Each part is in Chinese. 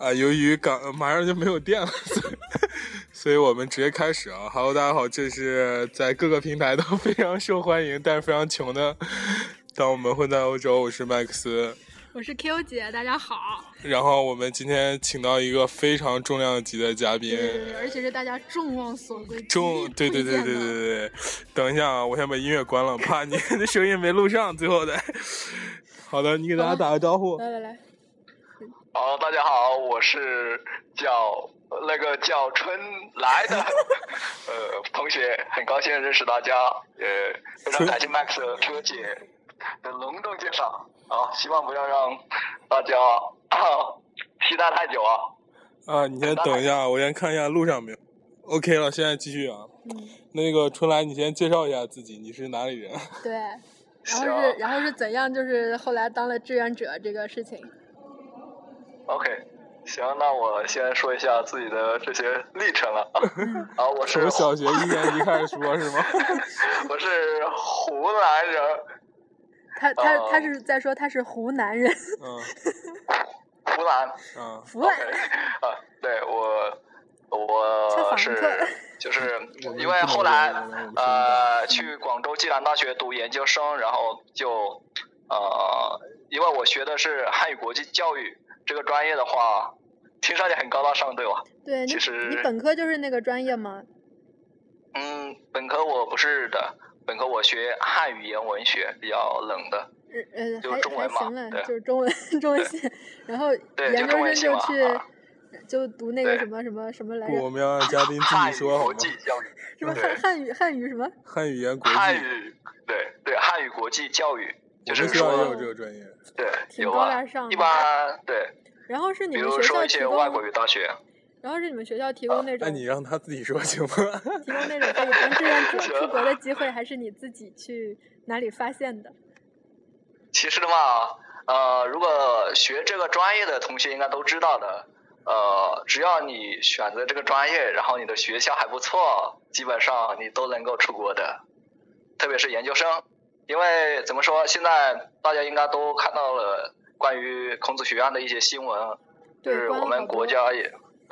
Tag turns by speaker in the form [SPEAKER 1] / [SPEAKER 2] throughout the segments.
[SPEAKER 1] 由于马上就没有电了，所以我们直接开始啊。Hello， 大家好，这是在各个平台都非常受欢迎，但是非常穷的。当我们混在欧洲，我是麦克斯，
[SPEAKER 2] 我是 Q 姐，大家好。
[SPEAKER 1] 然后我们今天请到一个非常重量级的嘉宾，
[SPEAKER 2] 对，而且是大家众望所归。
[SPEAKER 1] 对。等一下啊，我先把音乐关了，怕你的声音没录上，最后的。好的，你给大家打个招呼。
[SPEAKER 2] 来。
[SPEAKER 3] 好，大家好，我是叫春来的同学，很高兴认识大家，非常感谢 Max Q 姐的隆重介绍啊，希望不要让大家期待太久啊。
[SPEAKER 1] 你先等一下，我先看一下录上没有。OK 了，现在继续啊。那个春来，你先介绍一下自己，你是哪里人？
[SPEAKER 2] 对，然后是怎样，就是后来当了志愿者这个事情。
[SPEAKER 3] OK， 行，那我先说一下自己的这些历程了啊。我是
[SPEAKER 1] 从小学1年级开始说是吗？
[SPEAKER 3] 我是湖南人。
[SPEAKER 2] 他是在说他是湖南人。
[SPEAKER 3] 湖南。
[SPEAKER 2] 湖南。
[SPEAKER 3] 对，我是就是因为后来去广州暨南大学读研究生，然后就因为我学的是汉语国际教育。这个专业的话，听上去很高大上，对吧？
[SPEAKER 2] 对，
[SPEAKER 3] 其实
[SPEAKER 2] 你本科就是那个专业吗？
[SPEAKER 3] 本科我不是的，本科我学汉语言文学，比较冷的，就中文嘛，对，
[SPEAKER 2] 就是中文系，然后研究生就去就读那个什么来着？
[SPEAKER 1] 我们要让嘉宾自己说好吗？
[SPEAKER 3] 什么
[SPEAKER 2] 汉语什么？
[SPEAKER 1] 汉语言国际。
[SPEAKER 3] 汉语对汉语国际教育。就是
[SPEAKER 1] 说也有这个专业，
[SPEAKER 3] 对，
[SPEAKER 2] 挺高大上的。
[SPEAKER 3] 一般对。
[SPEAKER 2] 然后是你们学校
[SPEAKER 3] 比如说一些外国语大学。
[SPEAKER 2] 然后是你们学校提供那种。
[SPEAKER 1] 那你让他自己说行吗？
[SPEAKER 2] 提供那种可以当志愿者出国的机会，还是你自己去哪里发现的？
[SPEAKER 3] 其实的话，如果学这个专业的同学应该都知道的，只要你选择这个专业，然后你的学校还不错，基本上你都能够出国的，特别是研究生。因为怎么说，现在大家应该都看到了关于孔子学院的一些新闻，就是我们国家也，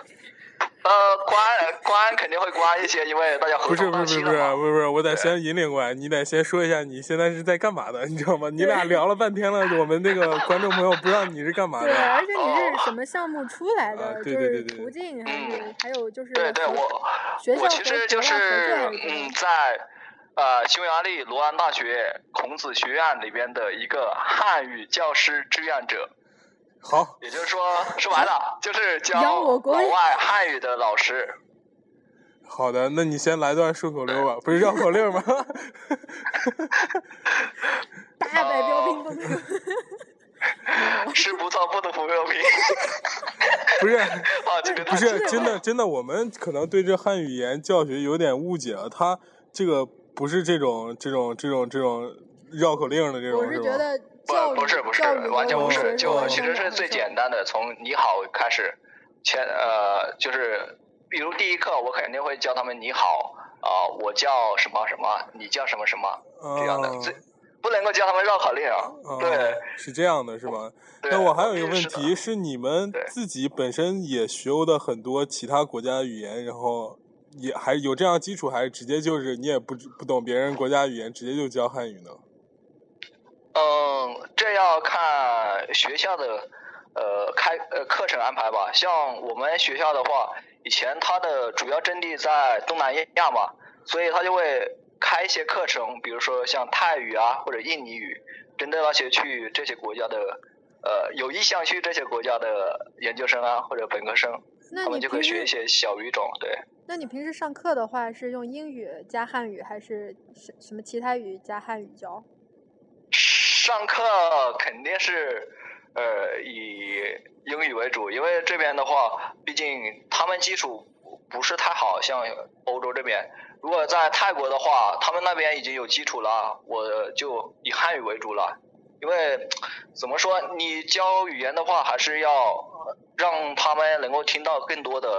[SPEAKER 3] 关肯定会关一些，因为大家合同到期了嘛。
[SPEAKER 1] 不是，我得先引领过来，你得先说一下你现在是在干嘛的，你知道吗？你俩聊了半天了，我们那个观众朋友不知道你是干嘛的。
[SPEAKER 2] 对，而且你是什么项目出来的？
[SPEAKER 1] 对，
[SPEAKER 2] 就是途径还有就是
[SPEAKER 3] 对，我其实就是在。匈牙利罗安大学孔子学院里边的一个汉语教师志愿者。
[SPEAKER 1] 好，
[SPEAKER 3] 也就是说白了就是教老外汉语的老师。
[SPEAKER 1] 好的，那你先来段顺口溜吧，不是绕口令吗？
[SPEAKER 2] 大摆标兵不能。
[SPEAKER 3] 是不错，不能不标兵。
[SPEAKER 1] 不是真的，我们可能对这汉语言教学有点误解了，他这个。不是这种绕口令的这种，
[SPEAKER 2] 我是觉得
[SPEAKER 3] 不是，完全不是，就其实是最简单的，从你好开始，就是比如第一课我肯定会教他们你好我叫什么什么，你叫什么什么这样的，不能够教他们绕口令对，
[SPEAKER 1] 是这样的，是吧？那我还有一个问题是，你们自己本身也学的很多其他国家语言，然后。也还有这样基础，还是直接就是你也不懂别人国家语言，直接就教汉语呢？
[SPEAKER 3] 这要看学校的课程安排吧。像我们学校的话，以前它的主要阵地在东南亚嘛，所以它就会开一些课程，比如说像泰语啊或者印尼语，针对那些去这些国家的有意向去这些国家的研究生啊或者本科生，他们就可以学一些小语种，对。
[SPEAKER 2] 那你平时上课的话是用英语加汉语，还是什么其他语加汉语教？
[SPEAKER 3] 上课肯定是以英语为主，因为这边的话，毕竟他们基础不是太好，像欧洲这边。如果在泰国的话，他们那边已经有基础了，我就以汉语为主了。因为怎么说，你教语言的话，还是要让他们能够听到更多的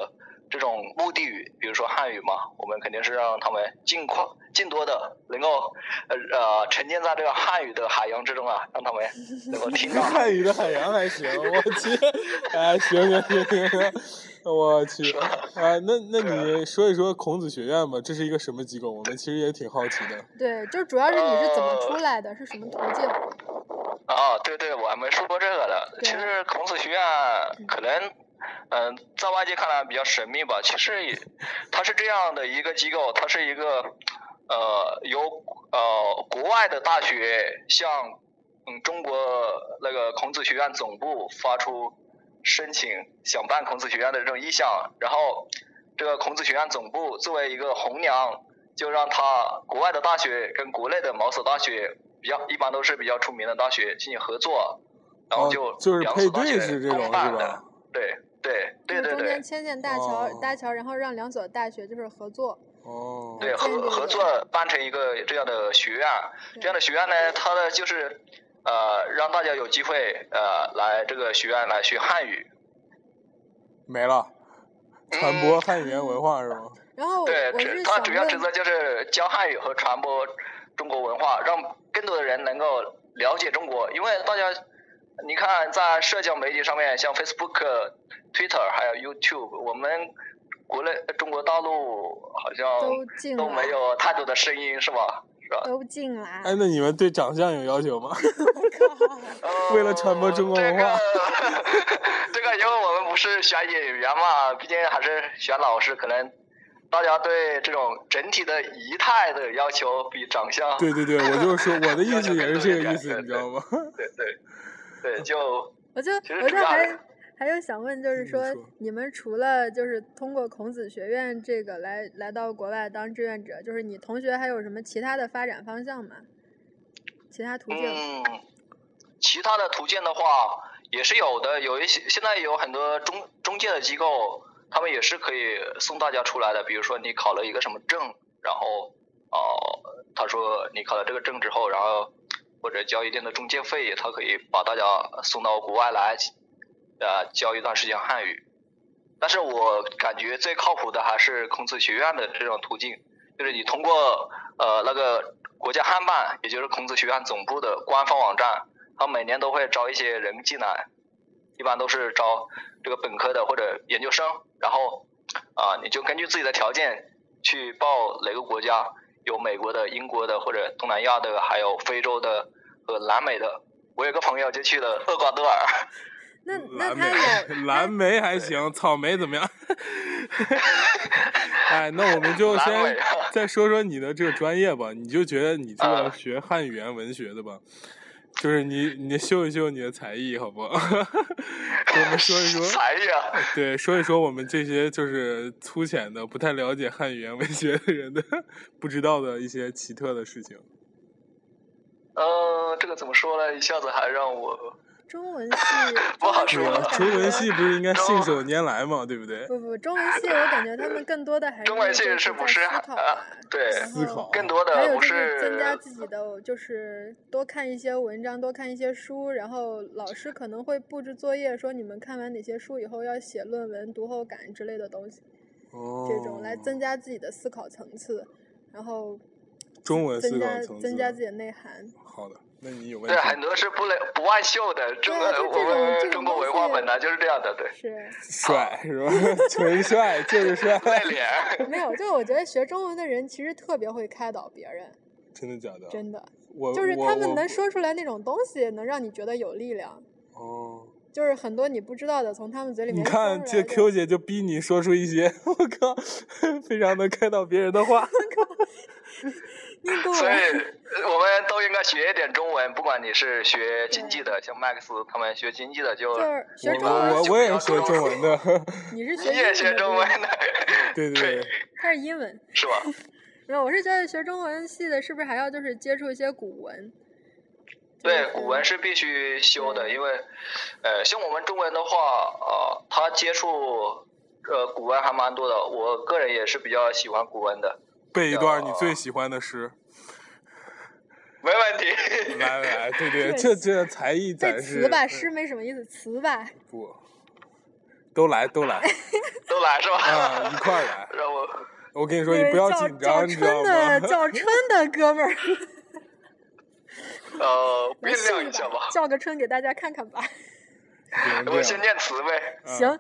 [SPEAKER 3] 这种目的语，比如说汉语嘛，我们肯定是让他们尽多的能够沉浸在这个汉语的海洋之中啊，让他们能够听到。
[SPEAKER 1] 汉语的海洋还行，我去，哎，行，我去，啊，那你说一说孔子学院吧，这是一个什么机构？我们其实也挺好奇的。
[SPEAKER 2] 对，就主要是你是怎么出来的，是什么途径？
[SPEAKER 3] 对，我还没说过这个的。其实孔子学院可能。在外界看来比较神秘吧，其实它是这样的一个机构，它是一个由国外的大学向中国那个孔子学院总部发出申请，想办孔子学院的这种意向，然后这个孔子学院总部作为一个红娘，就让他国外的大学跟国内的某所大学一般都是比较出名的大学进行合作，然后
[SPEAKER 1] 就是配对是这种是吧？
[SPEAKER 3] 对。
[SPEAKER 2] 中间牵线搭桥，然后让两所大学就是合作。
[SPEAKER 3] 对，合作办成一个这样的学院，这样的学院呢，它的就是让大家有机会来这个学院来学汉语。
[SPEAKER 1] 没了，传播汉语言文化是吗？
[SPEAKER 2] 然后
[SPEAKER 3] 对，它主要职责就是教汉语和传播中国文化，让更多的人能够了解中国，因为大家。你看，在社交媒体上面，像 Facebook、Twitter 还有 YouTube， 我们中国大陆好像都没有太多的声音，是吧？
[SPEAKER 2] 都进了。
[SPEAKER 1] 哎，那你们对长相有要求吗？为了传播中国文化。
[SPEAKER 3] 这个因为我们不是选演员嘛，毕竟还是选老师，可能大家对这种整体的仪态的要求比长相。
[SPEAKER 1] 对，我就是说，我的意思也是这个意思，你知道吗？
[SPEAKER 3] 对，
[SPEAKER 2] 我就还有想问，就是说你们除了就是通过孔子学院这个来到国外当志愿者，就是你同学还有什么其他的发展方向吗？其他途径？
[SPEAKER 3] 其他的途径的话也是有的，有一些现在有很多中介的机构，他们也是可以送大家出来的。比如说你考了一个什么证，然后他说你考了这个证之后，然后或者交一定的中介费，他可以把大家送到国外来，教一段时间汉语。但是我感觉最靠谱的还是孔子学院的这种途径，就是你通过那个国家汉办，也就是孔子学院总部的官方网站，他每年都会招一些人进来，一般都是招这个本科的或者研究生，然后你就根据自己的条件去报哪个国家，有美国的、英国的或者东南亚的，还有非洲的和南美的。我有个朋友就去了厄瓜多尔。
[SPEAKER 2] 那他有
[SPEAKER 1] 蓝莓还行，草莓怎么样？哎，那我们就先再说说你的这个专业吧。你就觉得你这个学汉语言文学的吧，就是你秀一秀你的才艺，好不好？给我们说一说
[SPEAKER 3] 才艺啊。
[SPEAKER 1] 对，说一说我们这些就是粗浅的、不太了解汉语言文学的人的不知道的一些奇特的事情。
[SPEAKER 3] 这个怎么说呢？一下子还让我。
[SPEAKER 2] 中文系
[SPEAKER 3] 不好说。
[SPEAKER 1] 中文系不是应该信手拈来吗？对不对？
[SPEAKER 2] 不，中文系我感觉他们更多的还是
[SPEAKER 3] 中文系是不是对
[SPEAKER 1] 思考，
[SPEAKER 3] 更多的
[SPEAKER 2] 还有就是增加自己的，就是多看一些文章，多看一些书，然后老师可能会布置作业，说你们看完哪些书以后要写论文、读后感之类的东西，这种来增加自己的思考层次，然后
[SPEAKER 1] 中文思考层次
[SPEAKER 2] 增加自己的内涵。
[SPEAKER 1] 好的。那你有问题？
[SPEAKER 3] 对，很多是不外秀的，我们中国文化本来就是这样的，对。
[SPEAKER 2] 是。
[SPEAKER 1] 帅是吧？纯帅就是帅。
[SPEAKER 3] 内敛。
[SPEAKER 2] 没有，就我觉得学中文的人其实特别会开导别人。
[SPEAKER 1] 真的假的？
[SPEAKER 2] 真的。就是他们能说出来那种东西，能让你觉得有力量。
[SPEAKER 1] 哦。
[SPEAKER 2] 就是很多你不知道的，从他们嘴里面。
[SPEAKER 1] 你看，这 Q 姐就逼你说出一些，我靠，非常能开导别人的话。
[SPEAKER 3] 所以我们都应该学一点中文，不管你是学经济的，像 Max 他们学经济的
[SPEAKER 2] 就是学中文，
[SPEAKER 1] 我也学中文的。
[SPEAKER 2] 你
[SPEAKER 3] 也学中文的？
[SPEAKER 1] 对。
[SPEAKER 2] 他是英文。
[SPEAKER 3] 是吧？
[SPEAKER 2] 没有，我是觉得学中文系的，是不是还要就是接触一些古文？
[SPEAKER 3] 对，古文是必须修的，因为像我们中文的话，他接触古文还蛮多的。我个人也是比较喜欢古文的。
[SPEAKER 1] 背一段你最喜欢的诗。
[SPEAKER 3] 没问题。
[SPEAKER 1] 来，对，这才艺展示。
[SPEAKER 2] 词吧，诗没什么意思，词吧。
[SPEAKER 1] 不，都来。
[SPEAKER 3] 都都来是吧？
[SPEAKER 1] 啊，一块儿来。
[SPEAKER 3] 让
[SPEAKER 1] 我跟你说，你不要紧张，你知道吗？
[SPEAKER 2] 叫春的哥们儿。
[SPEAKER 3] 酝酿一下吧。
[SPEAKER 2] 叫个春给大家看看吧。
[SPEAKER 3] 我先念词呗。
[SPEAKER 2] 行。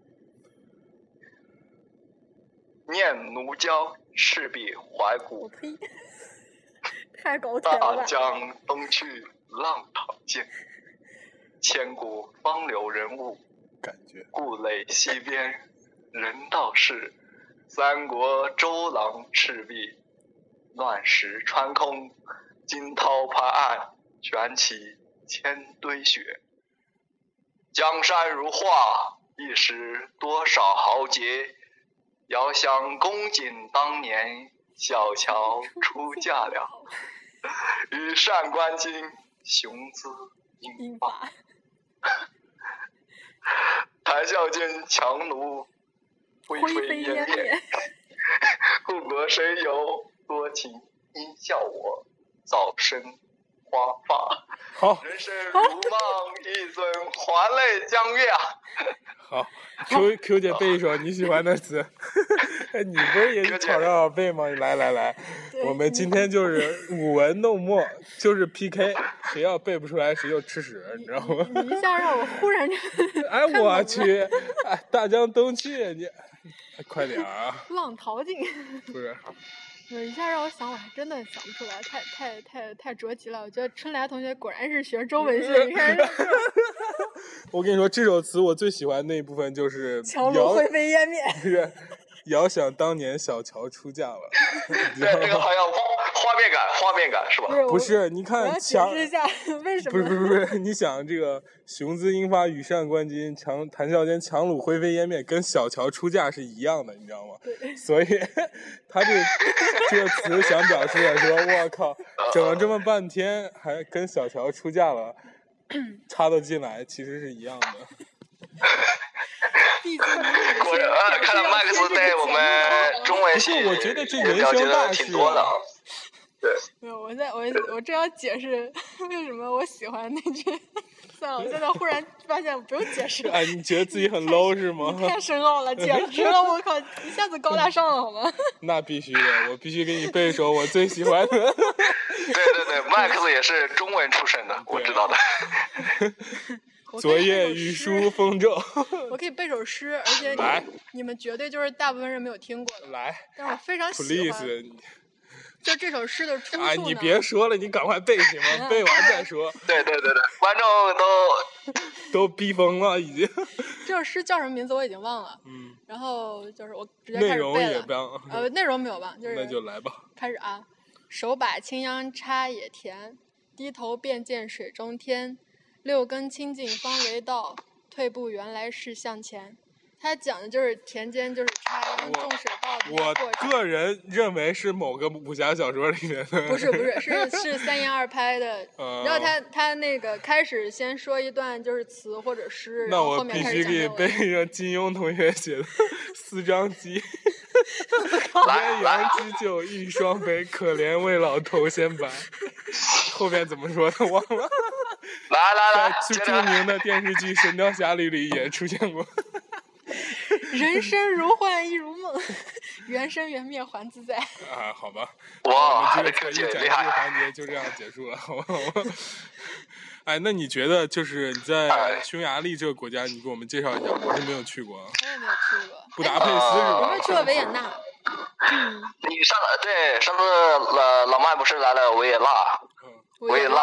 [SPEAKER 3] 念奴娇，赤壁怀古。
[SPEAKER 2] 我呸！太搞笑了吧。
[SPEAKER 3] 大江东去，浪淘尽，千古方留人物。
[SPEAKER 1] 感觉。
[SPEAKER 3] 故垒西边，人道是。三国周郎赤壁，乱石穿空，惊涛拍岸，卷起千堆雪。江山如画，一时多少豪杰。遥想公瑾当年，小乔出嫁了。羽扇纶巾，雄姿英发。谈笑间，樯橹灰飞烟灭。故国神游，多情应笑我，早生华发。
[SPEAKER 1] 好，
[SPEAKER 3] 人生如梦，一尊还酹江月啊！
[SPEAKER 1] 好 ，Q 姐背一首你喜欢的词。你不是也是吵着要背吗？来，我们今天就是舞文弄墨，就是 PK， 谁要背不出来谁就吃屎，你知道吗？
[SPEAKER 2] 你一下让我忽然
[SPEAKER 1] 哎，我去！哎，大江东去，你快点啊！
[SPEAKER 2] 浪淘尽。
[SPEAKER 1] 不是。
[SPEAKER 2] 一下让我想，我还真的想不出来，太着急了。我觉得春来同学果然是学中文系，你看。
[SPEAKER 1] 我跟你说，这首词我最喜欢那一部分就是
[SPEAKER 2] 樯橹灰飞烟灭。
[SPEAKER 1] 是，遥想当年小乔出嫁了。
[SPEAKER 3] 对，这个好像画面感是吧？
[SPEAKER 1] 不是，你看，
[SPEAKER 2] 解释一下为什么？
[SPEAKER 1] 不是，你想这个雄姿英发，羽扇纶巾，谈笑间樯橹灰飞烟灭，跟小乔出嫁是一样的，你知道吗？
[SPEAKER 2] 对。
[SPEAKER 1] 所以他这个词想表示的说，我靠，整了这么半天，还跟小乔出嫁了，插得进来，其实是一样的。
[SPEAKER 2] 果
[SPEAKER 3] 然，看来麦克斯对我们中文系
[SPEAKER 1] 我觉得这人生大事
[SPEAKER 3] 挺多的。对。
[SPEAKER 2] 没有，我正要解释为什么我喜欢那句。算了，我现在忽然发现不用解释了。
[SPEAKER 1] 哎，你觉得自己很 low 是吗？
[SPEAKER 2] 太深奥了，简直了！我靠，一下子高大上了，好吗？
[SPEAKER 1] 那必须的，我必须给你背一首我最喜欢的。
[SPEAKER 3] 对，麦克斯也是中文出身的，我知道的。
[SPEAKER 1] 昨夜雨疏风骤。
[SPEAKER 2] 我可以背首诗，而且你们绝对就是大部分人没有听过的。
[SPEAKER 1] 来，
[SPEAKER 2] 但是我非常喜欢。就这首诗的出处呢？
[SPEAKER 1] 你别说了，你赶快背行吗？背完再说。
[SPEAKER 3] 对，观众
[SPEAKER 1] 都逼疯了，已经。
[SPEAKER 2] 这首诗叫什么名字我已经忘了。然后就是我直接开始背了。
[SPEAKER 1] 内容也忘。
[SPEAKER 2] 内容没有忘，就是。
[SPEAKER 1] 那就来吧。
[SPEAKER 2] 开始啊！手把青秧插野田，低头便见水中天。六根清净方为道，退步原来是向前。他讲的就是田间就是插秧种水稻的过程。
[SPEAKER 1] 我个人认为是某个武侠小说里面的。
[SPEAKER 2] 不是，是三言二拍的。然后他那个开始先说一段就是词或者诗，然后后面开始讲。
[SPEAKER 1] 那我必须给你背上金庸同学写的《四张机》。鸳鸯织就一双飞，可怜未老头先白。后面怎么说的忘了。
[SPEAKER 3] 来，
[SPEAKER 1] 在著名的电视剧《神雕侠侣》里也出现过。
[SPEAKER 2] 人生如幻亦如梦，缘生缘灭还自在。
[SPEAKER 1] 啊，好吧。
[SPEAKER 3] 哇，
[SPEAKER 1] 这个特意展示环节就这样结束了，好吧。哎，那你觉得就是你在匈牙利这个国家，你给我们介绍一下？我是没有去过。
[SPEAKER 2] 我也没有去过。
[SPEAKER 1] 布达佩斯是吧？
[SPEAKER 2] 有没有去过维也纳？
[SPEAKER 3] 你上次老麦不是来了维也纳？维也纳。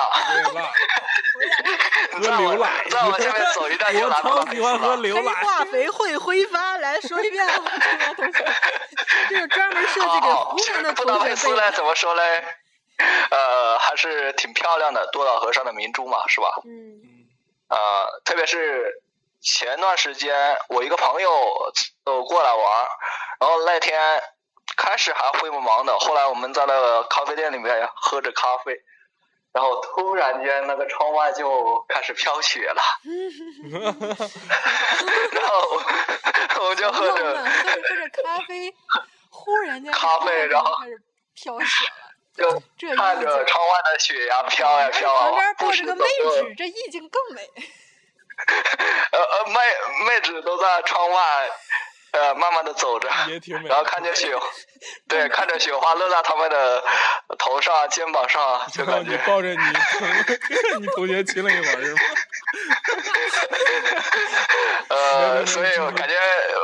[SPEAKER 1] 喝牛奶。
[SPEAKER 3] 再往下面走一段就来了。
[SPEAKER 1] 我超喜欢喝牛奶。
[SPEAKER 2] 黑化肥会挥发，来说一遍，同学。这是专门设计给湖南的同学背的。
[SPEAKER 3] 布达佩斯呢？怎么说呢？还是挺漂亮的，多瑙河上的明珠嘛，是吧？特别是前段时间我一个朋友过来玩，然后那天开始还灰蒙蒙的，后来我们在那个咖啡店里面喝着咖啡，然后突然间那个窗外就开始飘雪了，然后我们就喝着
[SPEAKER 2] 咖啡，忽然间
[SPEAKER 3] 咖啡，然后
[SPEAKER 2] 开始飘雪了。
[SPEAKER 3] 就看着窗外的雪呀飘呀飘啊，
[SPEAKER 2] 旁边抱着个妹纸，这意境更美。
[SPEAKER 3] 妹纸都在窗外， 慢慢的走着，
[SPEAKER 1] 也挺美，
[SPEAKER 3] 然后看着雪，对，看着雪花落在他们的头上、肩膀上，就感觉
[SPEAKER 1] 你抱着你同学亲了一会儿是吗？
[SPEAKER 3] 所以我感觉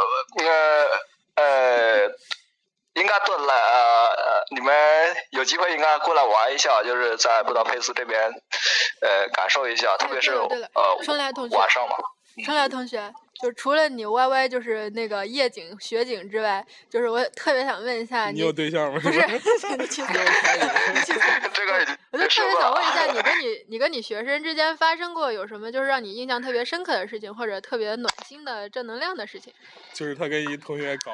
[SPEAKER 3] 应该你们有机会应该过来玩一下，就是在布达佩斯这边感受一下，特别是
[SPEAKER 2] 春来同学
[SPEAKER 3] 晚上嘛。
[SPEAKER 2] 春来同学，就除了你 YY 就是那个夜景雪景之外，就是我特别想问一下
[SPEAKER 1] 你有对象吗？
[SPEAKER 2] 不是，你去死！
[SPEAKER 3] 这个
[SPEAKER 2] 我就特别想问一下，你跟你学生之间发生过有什么就是让你印象特别深刻的事情，或者特别暖心的正能量的事情？
[SPEAKER 1] 就是他跟一同学搞。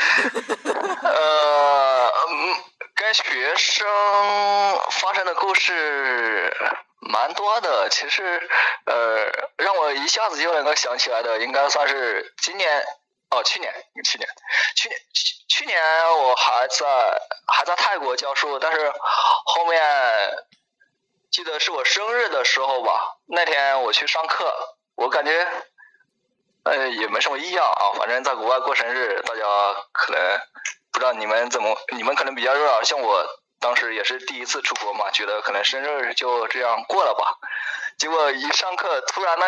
[SPEAKER 3] 跟学生发生的故事蛮多的，其实让我一下子就能够想起来的，应该算是去年我还在泰国教书，但是后面记得是我生日的时候吧，那天我去上课，我感觉也没什么异样啊，反正在国外过生日，大家可能不知道你们可能比较热闹，像我当时也是第一次出国嘛，觉得可能生日就这样过了吧。结果一上课，突然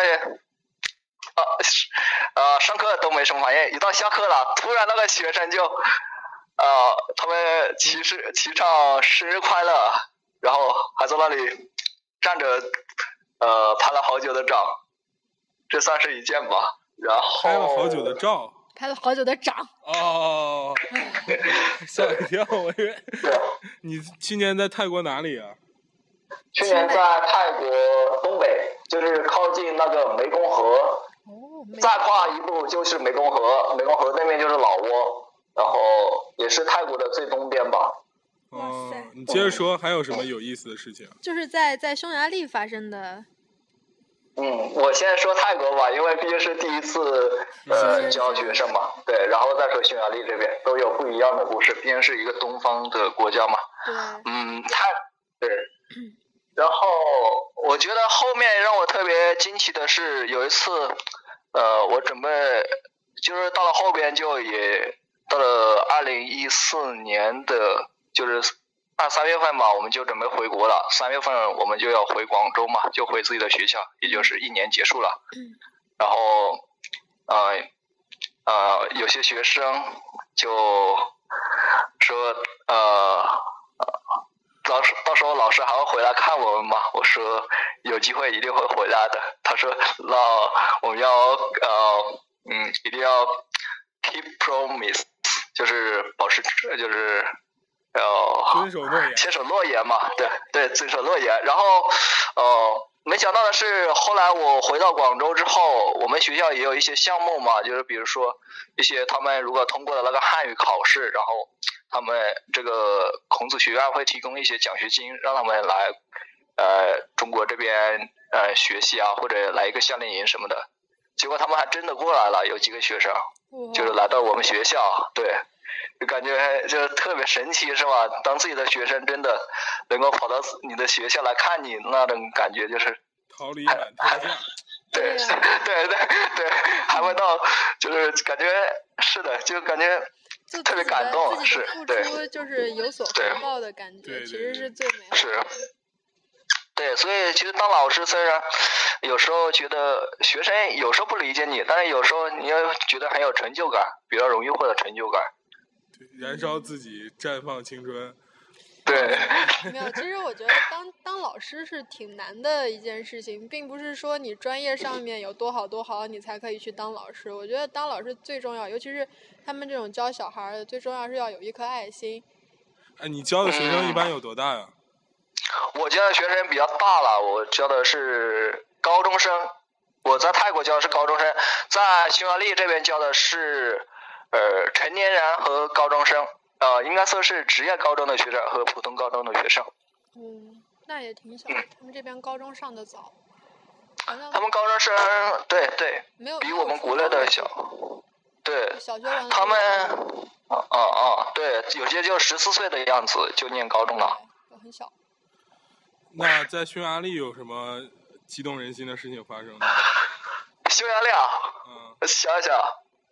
[SPEAKER 3] 上课都没什么反应，一到下课了，突然那个学生就他们齐唱生日快乐，然后还在那里站着拍了好久的照，这算是一件吧。然后
[SPEAKER 1] 拍了好久的照。
[SPEAKER 2] 拍了好久的掌
[SPEAKER 1] 哦，吓我一跳！我以为你去年在泰国哪里啊？
[SPEAKER 3] 去年在泰国东北，就是靠近那个湄公河，再跨一步就是湄公河，湄公河那边就是老挝，然后也是泰国的最东边吧。
[SPEAKER 1] 哦，你接着说，还有什么有意思的事情？
[SPEAKER 2] 就是在匈牙利发生的。
[SPEAKER 3] 我先说泰国吧，因为毕竟是第一次教学生嘛，对，然后再说匈牙利这边都有不一样的故事，毕竟是一个东方的国家嘛。对，然后我觉得后面让我特别惊奇的是有一次，我准备就是到了后边就也到了2014年的，就是3月份嘛，我们就准备回国了。3月份我们就要回广州嘛，就回自己的学校，也就是1年结束了。然后，有些学生就说，到时候老师还会回来看我们嘛？我说有机会一定会回来的。他说，那我们要一定要 keep promise， 就是保持就是。
[SPEAKER 1] 遵守诺言，
[SPEAKER 3] 坚守诺言嘛，对，遵守诺言。然后，没想到的是，后来我回到广州之后，我们学校也有一些项目嘛，就是比如说一些他们如果通过了那个汉语考试，然后他们这个孔子学院会提供一些奖学金，让他们来中国这边学习啊，或者来一个夏令营什么的。结果他们还真的过来了，有几个学生就是来到我们学校，对。就感觉就特别神奇，是吧？当自己的学生真的能够跑到你的学校来看你，那种感觉就是
[SPEAKER 1] 桃李满天下。
[SPEAKER 3] 对，还会到就是感觉是的，就感觉特别感动，是
[SPEAKER 2] 对，就是有所回报的感觉，其实是最美好的。
[SPEAKER 3] 是。对，所以其实当老师虽然有时候觉得学生有时候不理解你，但是有时候你要觉得很有成就感，比较容易获得成就感。
[SPEAKER 1] 燃烧自己，绽放青春。
[SPEAKER 3] 对。
[SPEAKER 2] 没有，其实我觉得当老师是挺难的一件事情，并不是说你专业上面有多好你才可以去当老师。我觉得当老师最重要，尤其是他们这种教小孩的，最重要是要有一颗爱心。
[SPEAKER 1] 哎，你教的学生一般有多大呀？
[SPEAKER 3] 我教的学生比较大了，我教的是高中生。我在泰国教的是高中生，在匈牙利这边教的是成年人和高中生，应该说是职业高中的学生和普通高中的学生。
[SPEAKER 2] 那也挺小，他们这边高中上的早。
[SPEAKER 3] 他们高中生对，比我们国内的小。对，他们对，有些就14岁的样子就念高中了，
[SPEAKER 2] 很小。
[SPEAKER 1] 那在匈牙利有什么激动人心的事情发生呢？
[SPEAKER 3] 匈牙利啊，想一想，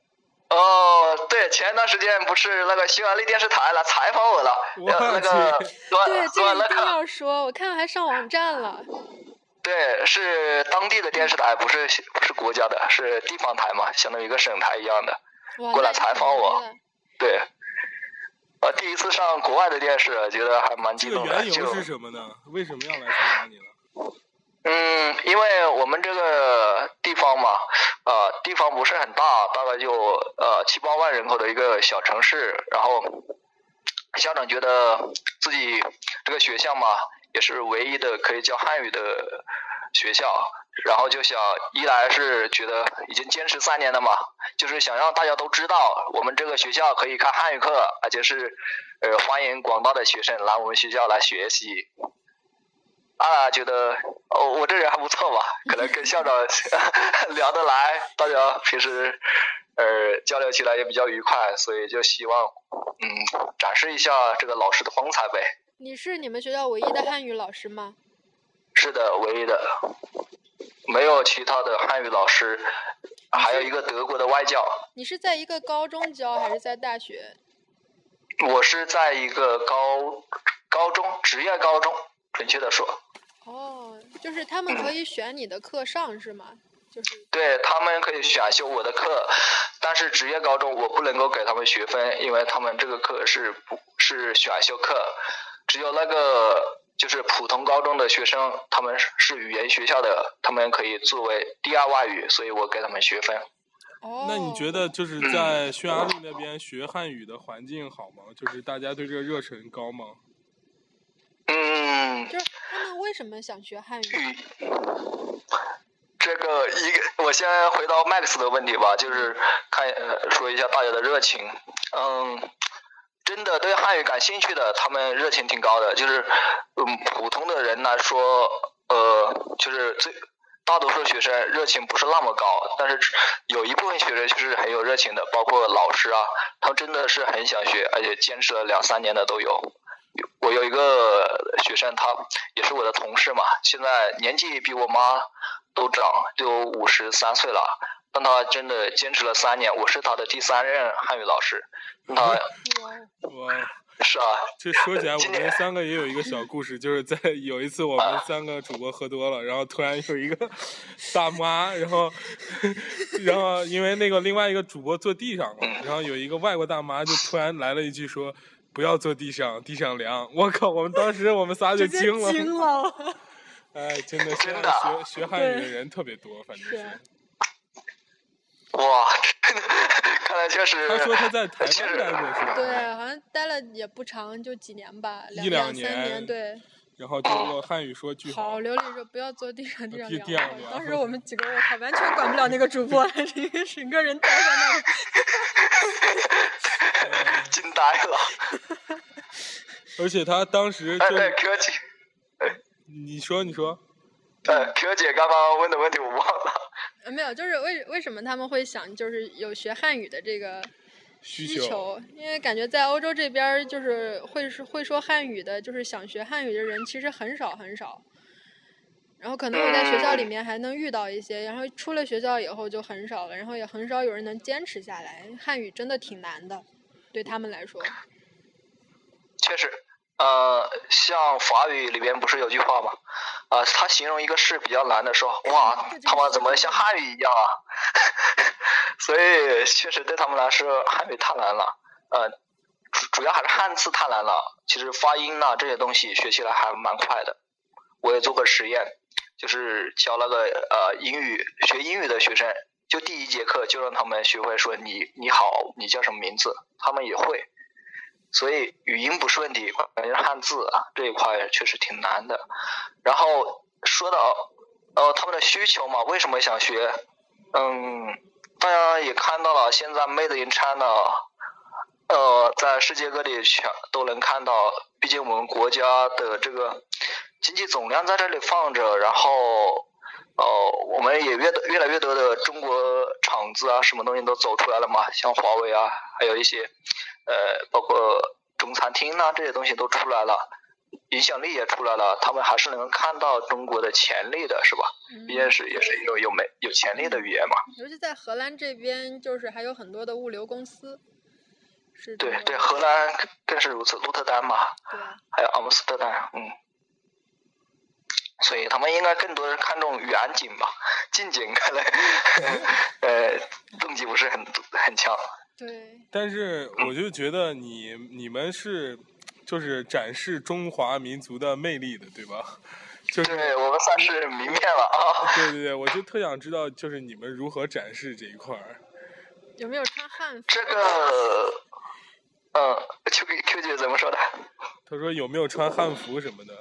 [SPEAKER 3] 对，前一段时间不是那个匈牙利电视台来采访我了，那个
[SPEAKER 2] 对，这一定要说，我看还上网站了。
[SPEAKER 3] 对，是当地的电视台，不是国家的，是地方台嘛，相当于一个省台一样的，过来采访我。对，第一次上国外的电视，觉得还蛮激动的。
[SPEAKER 1] 这个缘由是什么呢？为什么要来采访你呢？
[SPEAKER 3] 因为我们这个地方嘛，地方不是很大，大概就7-8万人口的一个小城市，然后校长觉得自己这个学校嘛，也是唯一的可以教汉语的学校，然后就想一来是觉得已经坚持3年了嘛，就是想让大家都知道我们这个学校可以开汉语课，而且是欢迎广大的学生来我们学校来学习。觉得我这人还不错吧，可能跟校长聊得来，大家平时交流起来也比较愉快，所以就希望展示一下这个老师的风采呗。
[SPEAKER 2] 你是你们学校唯一的汉语老师吗？
[SPEAKER 3] 是的，唯一的，没有其他的汉语老师，还有一个德国的外教。
[SPEAKER 2] 你是在一个高中教还是在大学？
[SPEAKER 3] 我是在一个高中，职业高中，准确的说。
[SPEAKER 2] 就是他们可以选你的课上是吗？
[SPEAKER 3] 对，他们可以选修我的课，但是职业高中我不能够给他们学分，因为他们这个课是选修课，只有那个就是普通高中的学生，他们是语言学校的，他们可以作为第2外语，所以我给他们学分。
[SPEAKER 1] 那你觉得就是在匈牙利那边学汉语的环境好吗？就是大家对这个热忱高吗？
[SPEAKER 2] 就是他们为什么想学汉语？
[SPEAKER 3] 这个我先回到 Max 的问题吧，就是说一下大家的热情。真的对汉语感兴趣的，他们热情挺高的。就是普通的人来说，就是大多数学生热情不是那么高，但是有一部分学生就是很有热情的，包括老师啊，他们真的是很想学，而且坚持了2-3年的都有。我有一个学生，他也是我的同事嘛，现在年纪比我妈都长，就53岁了，但他真的坚持了3年，我是他的第3任汉语老师。是啊，
[SPEAKER 1] 这说起来我们3个也有一个小故事，就是在有一次我们3个主播喝多了，然后突然有一个大妈，然后因为那个另外一个主播坐地上了，然后有一个外国大妈就突然来了一句说不要坐地上，地上凉。我靠，我们当时我们仨就惊了。真的现在学汉语的人特别多，反正是。
[SPEAKER 3] 哇，真的，看来确实。
[SPEAKER 1] 他说他在台湾待过是吧？
[SPEAKER 2] 对，好像待了也不长，就几年吧，2-3年，对。
[SPEAKER 1] 然后通过汉语说句
[SPEAKER 2] 好流利，说不要坐地上，地上凉。
[SPEAKER 1] 凉。
[SPEAKER 2] 当时我们几个我靠，完全管不了那个主播了，整个人待在那里。
[SPEAKER 3] 惊呆了。
[SPEAKER 1] 而且他当时就
[SPEAKER 3] ，Q 姐，
[SPEAKER 1] 你说
[SPEAKER 3] ，Q 姐刚刚问的问题我忘了。
[SPEAKER 2] 没有，就是为什么他们会想就是有学汉语的这个需求？因为感觉在欧洲这边就是会说汉语的，就是想学汉语的人其实很少很少。然后可能我在学校里面还能遇到一些，然后出了学校以后就很少了，然后也很少有人能坚持下来。汉语真的挺难的，对他们来说。
[SPEAKER 3] 确实。像法语里边不是有句话吗？他形容一个事比较难的时候，哇，他们怎么像汉语一样啊？所以确实对他们来说，汉语太难了。主要还是汉字太难了。其实发音啊这些东西学起来还蛮快的。我也做过实验，就是教那个学英语的学生，就第1节课就让他们学会说你好，你叫什么名字，他们也会。所以语音不是问题，关键是汉字这一块确实挺难的。然后说到他们的需求嘛，为什么想学？大家也看到了，现在 Made in China，在世界各地都能看到。毕竟我们国家的这个经济总量在这里放着，然后我们也越来越多的中国厂子啊，什么东西都走出来了嘛，像华为啊，还有一些包括中餐厅啊，这些东西都出来了，影响力也出来了，他们还是能看到中国的潜力的，是吧？ 毕竟也是一种有潜力的语言嘛。
[SPEAKER 2] 尤其在荷兰这边，就是还有很多的物流公司。
[SPEAKER 3] 对，荷兰更是如此，鹿特丹嘛，
[SPEAKER 2] 对，
[SPEAKER 3] 还有阿姆斯特丹，所以他们应该更多人看重远景吧，近景可能动机不是很强。
[SPEAKER 2] 对。
[SPEAKER 1] 但是我就觉得你们就是展示中华民族的魅力的，对吧？就是
[SPEAKER 3] 对，我们算是明面了啊。
[SPEAKER 1] 对，我就特想知道，就是你们如何展示这一块儿。
[SPEAKER 2] 有没有穿汉服？
[SPEAKER 3] 这个，Q 姐怎么说的？
[SPEAKER 1] 他说有没有穿汉服什么的？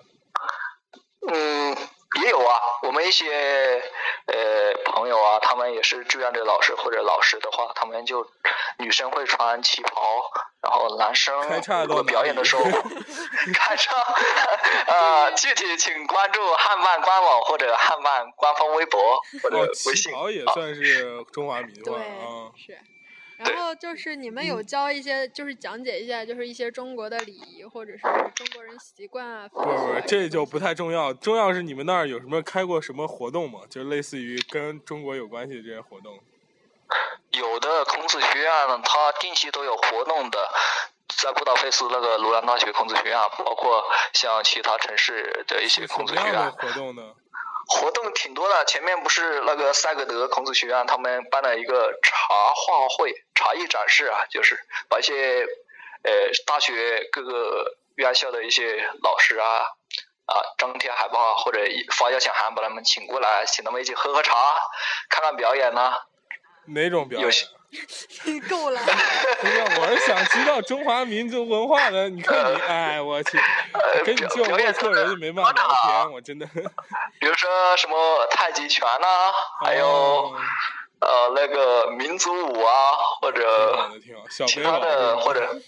[SPEAKER 3] 也有啊。我们一些朋友啊，他们也是志愿者老师或者老师的话，他们就女生会穿旗袍，然后男生如果表演的时候开叉。具体请关注汉办官网或者汉办官方微博或者微信。
[SPEAKER 1] 旗袍也算是中华民族啊。
[SPEAKER 2] 是。然后就是你们有教一些，就是讲解一下，就是一些中国的礼仪或者是中国人习惯啊。
[SPEAKER 1] 不，这就不太重要。重要是你们那儿有什么开过什么活动吗？就类似于跟中国有关系的这些活动。
[SPEAKER 3] 有的孔子学院它定期都有活动的，在布达佩斯那个卢兰大学孔子学院，包括像其他城市的一些孔子学院。
[SPEAKER 1] 什么样的活动呢？
[SPEAKER 3] 活动挺多的，前面不是那个塞格德孔子学院他们办了一个茶话会、茶艺展示啊，就是把一些大学各个院校的一些老师张贴海报啊，或者发邀请函把他们请过来，请他们一起喝茶、看看表演呢。
[SPEAKER 1] 哪种表演？
[SPEAKER 2] 够了。
[SPEAKER 1] 不是，我是想知道中华民族文化的。你看你，哎，我去，跟你这种外国人就没办法聊天，我真的。
[SPEAKER 3] 比如说什么太极拳啊，还有那个民族舞啊，或者其他的，或者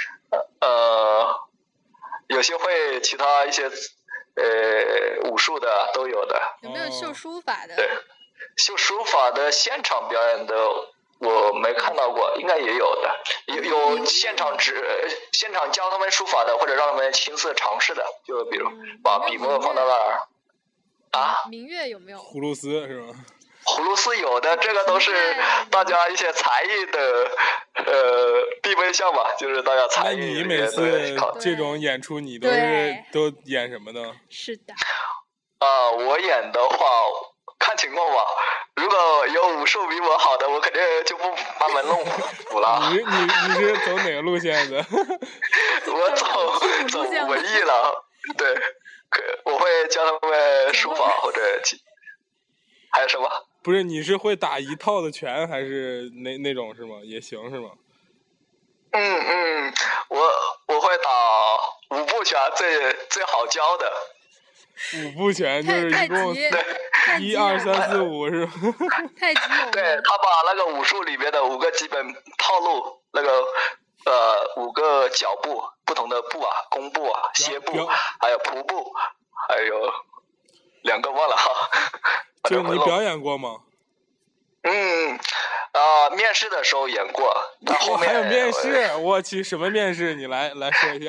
[SPEAKER 3] 有些会其他一些武术的都有的。
[SPEAKER 2] 有没有秀书法的？
[SPEAKER 3] 对，秀书法的现场表演的我没看到过，应该也有的。有现场教他们书法的，或者让他们亲自尝试的，就比如把笔墨放到那儿。
[SPEAKER 2] 民乐有没有？
[SPEAKER 1] 葫芦丝是吗？
[SPEAKER 3] 葫芦丝有的，这个都是大家一些才艺的必备项吧，就是大家才艺。
[SPEAKER 1] 那你每次这种演出，你都演什么呢？
[SPEAKER 2] 是的。
[SPEAKER 3] 我演的话看情况吧，如果有武术比我好的，我肯定就不班门弄斧了。
[SPEAKER 1] 你是走哪个路线的？
[SPEAKER 3] 我走文艺了，对。我会教他们书法或者还有什么？
[SPEAKER 1] 不是，你是会打一套的拳还是那种是吗？也行是吗？
[SPEAKER 3] 我会打5步拳，最好教的。
[SPEAKER 1] 5步拳就是一共1、2、3、4、5是吗？
[SPEAKER 2] 太极有。
[SPEAKER 3] 对，他把那个武术里面的5个基本套路，那个5个脚步，不同的步啊，弓步啊，歇步，还有仆步，还有2个忘了哈。
[SPEAKER 1] 就你表演过吗？
[SPEAKER 3] 面试的时候演过，但后面
[SPEAKER 1] 还有面试，我去，什么面试？你来说一下。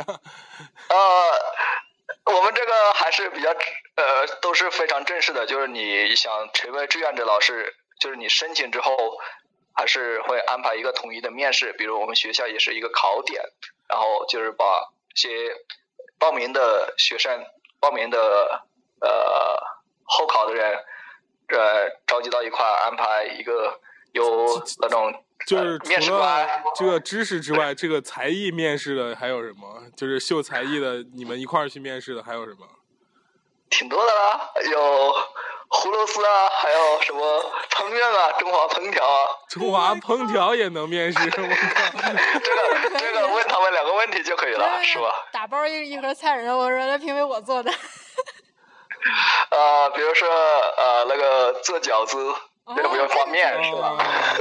[SPEAKER 3] 我们这个还是比较都是非常正式的，就是你想成为志愿者老师，就是你申请之后，还是会安排一个统一的面试，比如我们学校也是一个考点，然后就是把一些报名的学生、报名的候考的人，召集到一块，安排一个有那种
[SPEAKER 1] 就是除了这个知识之外，这个才艺面试的还有什么？就是秀才艺的，你们一块儿去面试的还有什么？
[SPEAKER 3] 挺多的啦，有葫芦丝啊，还有什么烹饪啊，中华烹调啊。
[SPEAKER 1] 中华烹调也能面试？我靠！
[SPEAKER 3] 这个问他们2个问题就可以了，是吧？
[SPEAKER 2] 打包一盒菜，然后我说那评委我做的。
[SPEAKER 3] 比如说那个做饺子，要不要发面是吧？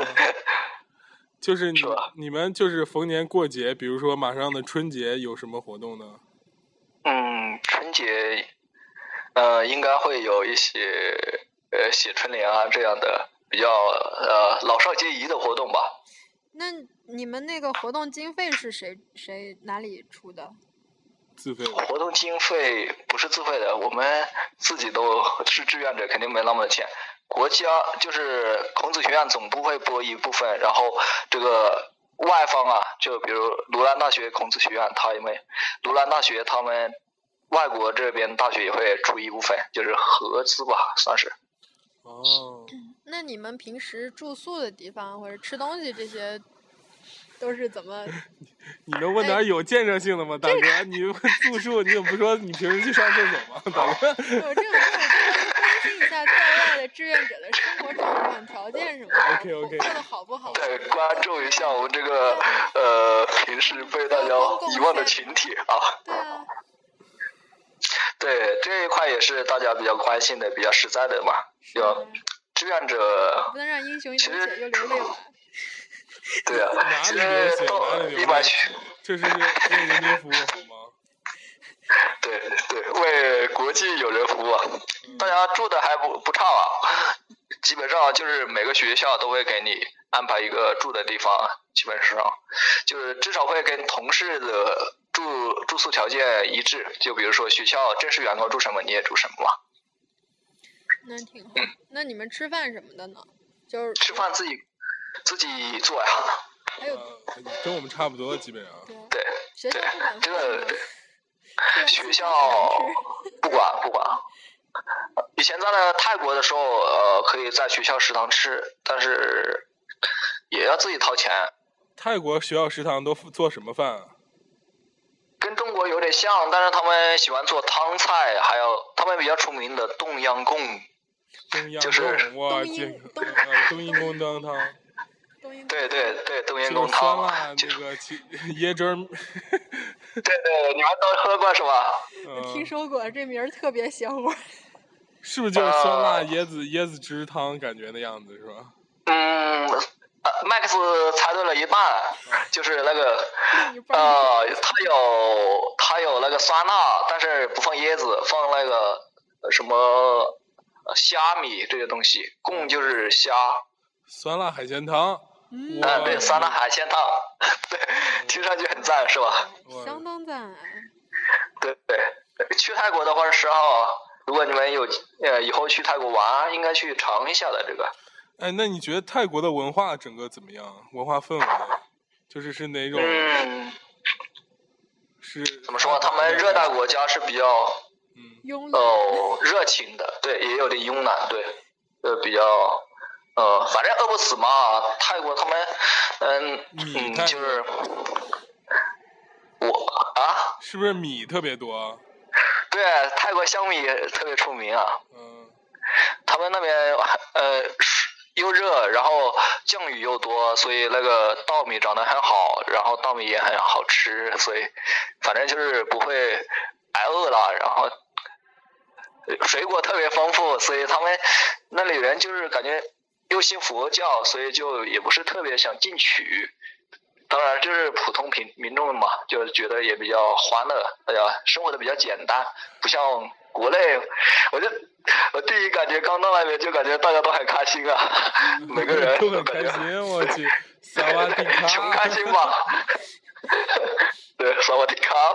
[SPEAKER 1] 就是你们就是逢年过节，比如说马上的春节有什么活动呢？
[SPEAKER 3] 春节应该会有一些写春联啊这样的比较老少皆宜的活动吧。
[SPEAKER 2] 那你们那个活动经费是谁哪里出的？
[SPEAKER 1] 自费的？
[SPEAKER 3] 活动经费不是自费的，我们自己都是志愿者，肯定没那么多钱。国家就是孔子学院总部会拨一部分，然后这个外方啊，就比如卢兰大学孔子学院，他们卢兰大学他们外国这边大学也会出一部分，就是合资吧，算是。
[SPEAKER 1] 哦。
[SPEAKER 2] 那你们平时住宿的地方或者吃东西这些都是怎么？
[SPEAKER 1] 你能问点有建设性的吗，大哥？你住宿，你怎么不说你平时去上厕所吗，大哥？
[SPEAKER 2] 有这种关心一下在外的志愿者的生活状况、条件什么的，
[SPEAKER 1] OK
[SPEAKER 2] 过得好不好？
[SPEAKER 3] 对，关注一下我们这个平时被大家遗忘的群体啊。
[SPEAKER 2] 对啊。
[SPEAKER 3] 对，这一块也是大家比较关心的、比较实在的嘛。有志愿者
[SPEAKER 2] 不能让英雄流血又流泪了。
[SPEAKER 3] 对啊，
[SPEAKER 1] 哪里流血哪里流泪？这是为人民服务好吗？
[SPEAKER 3] 对对，为国际友人服务啊！大家住的还不差啊，基本上就是每个学校都会给你安排一个住的地方，基本上就是至少会跟同事的住宿条件一致。就比如说学校正式员工住什么，你也住什么嘛。
[SPEAKER 2] 那挺好。那你们吃饭什么的呢？就是
[SPEAKER 3] 吃饭自己做呀。
[SPEAKER 2] 还有
[SPEAKER 1] 跟我们差不多，基本上。
[SPEAKER 3] 对。
[SPEAKER 2] 学校不管
[SPEAKER 3] 这个学校不管。以前在泰国的时候，可以在学校食堂吃，但是也要自己掏钱。
[SPEAKER 1] 泰国学校食堂都做什么饭啊？
[SPEAKER 3] 跟中国有点像，但是他们喜欢做汤菜，还有他们比较出名的冬阴功。就是
[SPEAKER 1] 哇，冬阴功汤。
[SPEAKER 3] 对，冬阴功汤。
[SPEAKER 1] 酸辣那个椰汁儿。
[SPEAKER 3] 对，你们都喝过是吧？
[SPEAKER 2] 听说过，这名儿特别邪乎。
[SPEAKER 1] 是不是就是酸辣椰子汁汤感觉的样子是吧
[SPEAKER 3] ？Max 猜对了一半，就是那个它有那个酸辣，但是不放椰子，放那个什么虾米这些东西，贡就是虾。
[SPEAKER 1] 酸辣海鲜汤。
[SPEAKER 3] 对，酸辣海鲜汤，对，听上去很赞是吧？
[SPEAKER 2] 相当赞。
[SPEAKER 3] 对，去泰国的话是10号，如果你们有以后去泰国玩，应该去尝一下的这个。
[SPEAKER 1] 哎，那你觉得泰国的文化整个怎么样？文化氛围，就是哪种？是
[SPEAKER 3] 怎么说？他们热带国家是比较热情的，对，也有点慵懒，对，比较反正饿不死嘛。泰国他们就是
[SPEAKER 1] 是不是米特别多？
[SPEAKER 3] 对，泰国香米特别出名啊。他们那边又热，然后降雨又多，所以那个稻米长得很好，然后稻米也很好吃，所以反正就是不会挨饿了。然后水果特别丰富，所以他们那里人就是感觉又信佛教，所以就也不是特别想进取。当然就是普通民众嘛，就觉得也比较欢乐，大家生活的比较简单，不像国内。我第一感觉刚到那边就感觉大家都很开心啊，每个人
[SPEAKER 1] 都很开心，我去，萨瓦迪卡，
[SPEAKER 3] 穷开心吧？对，萨瓦迪卡。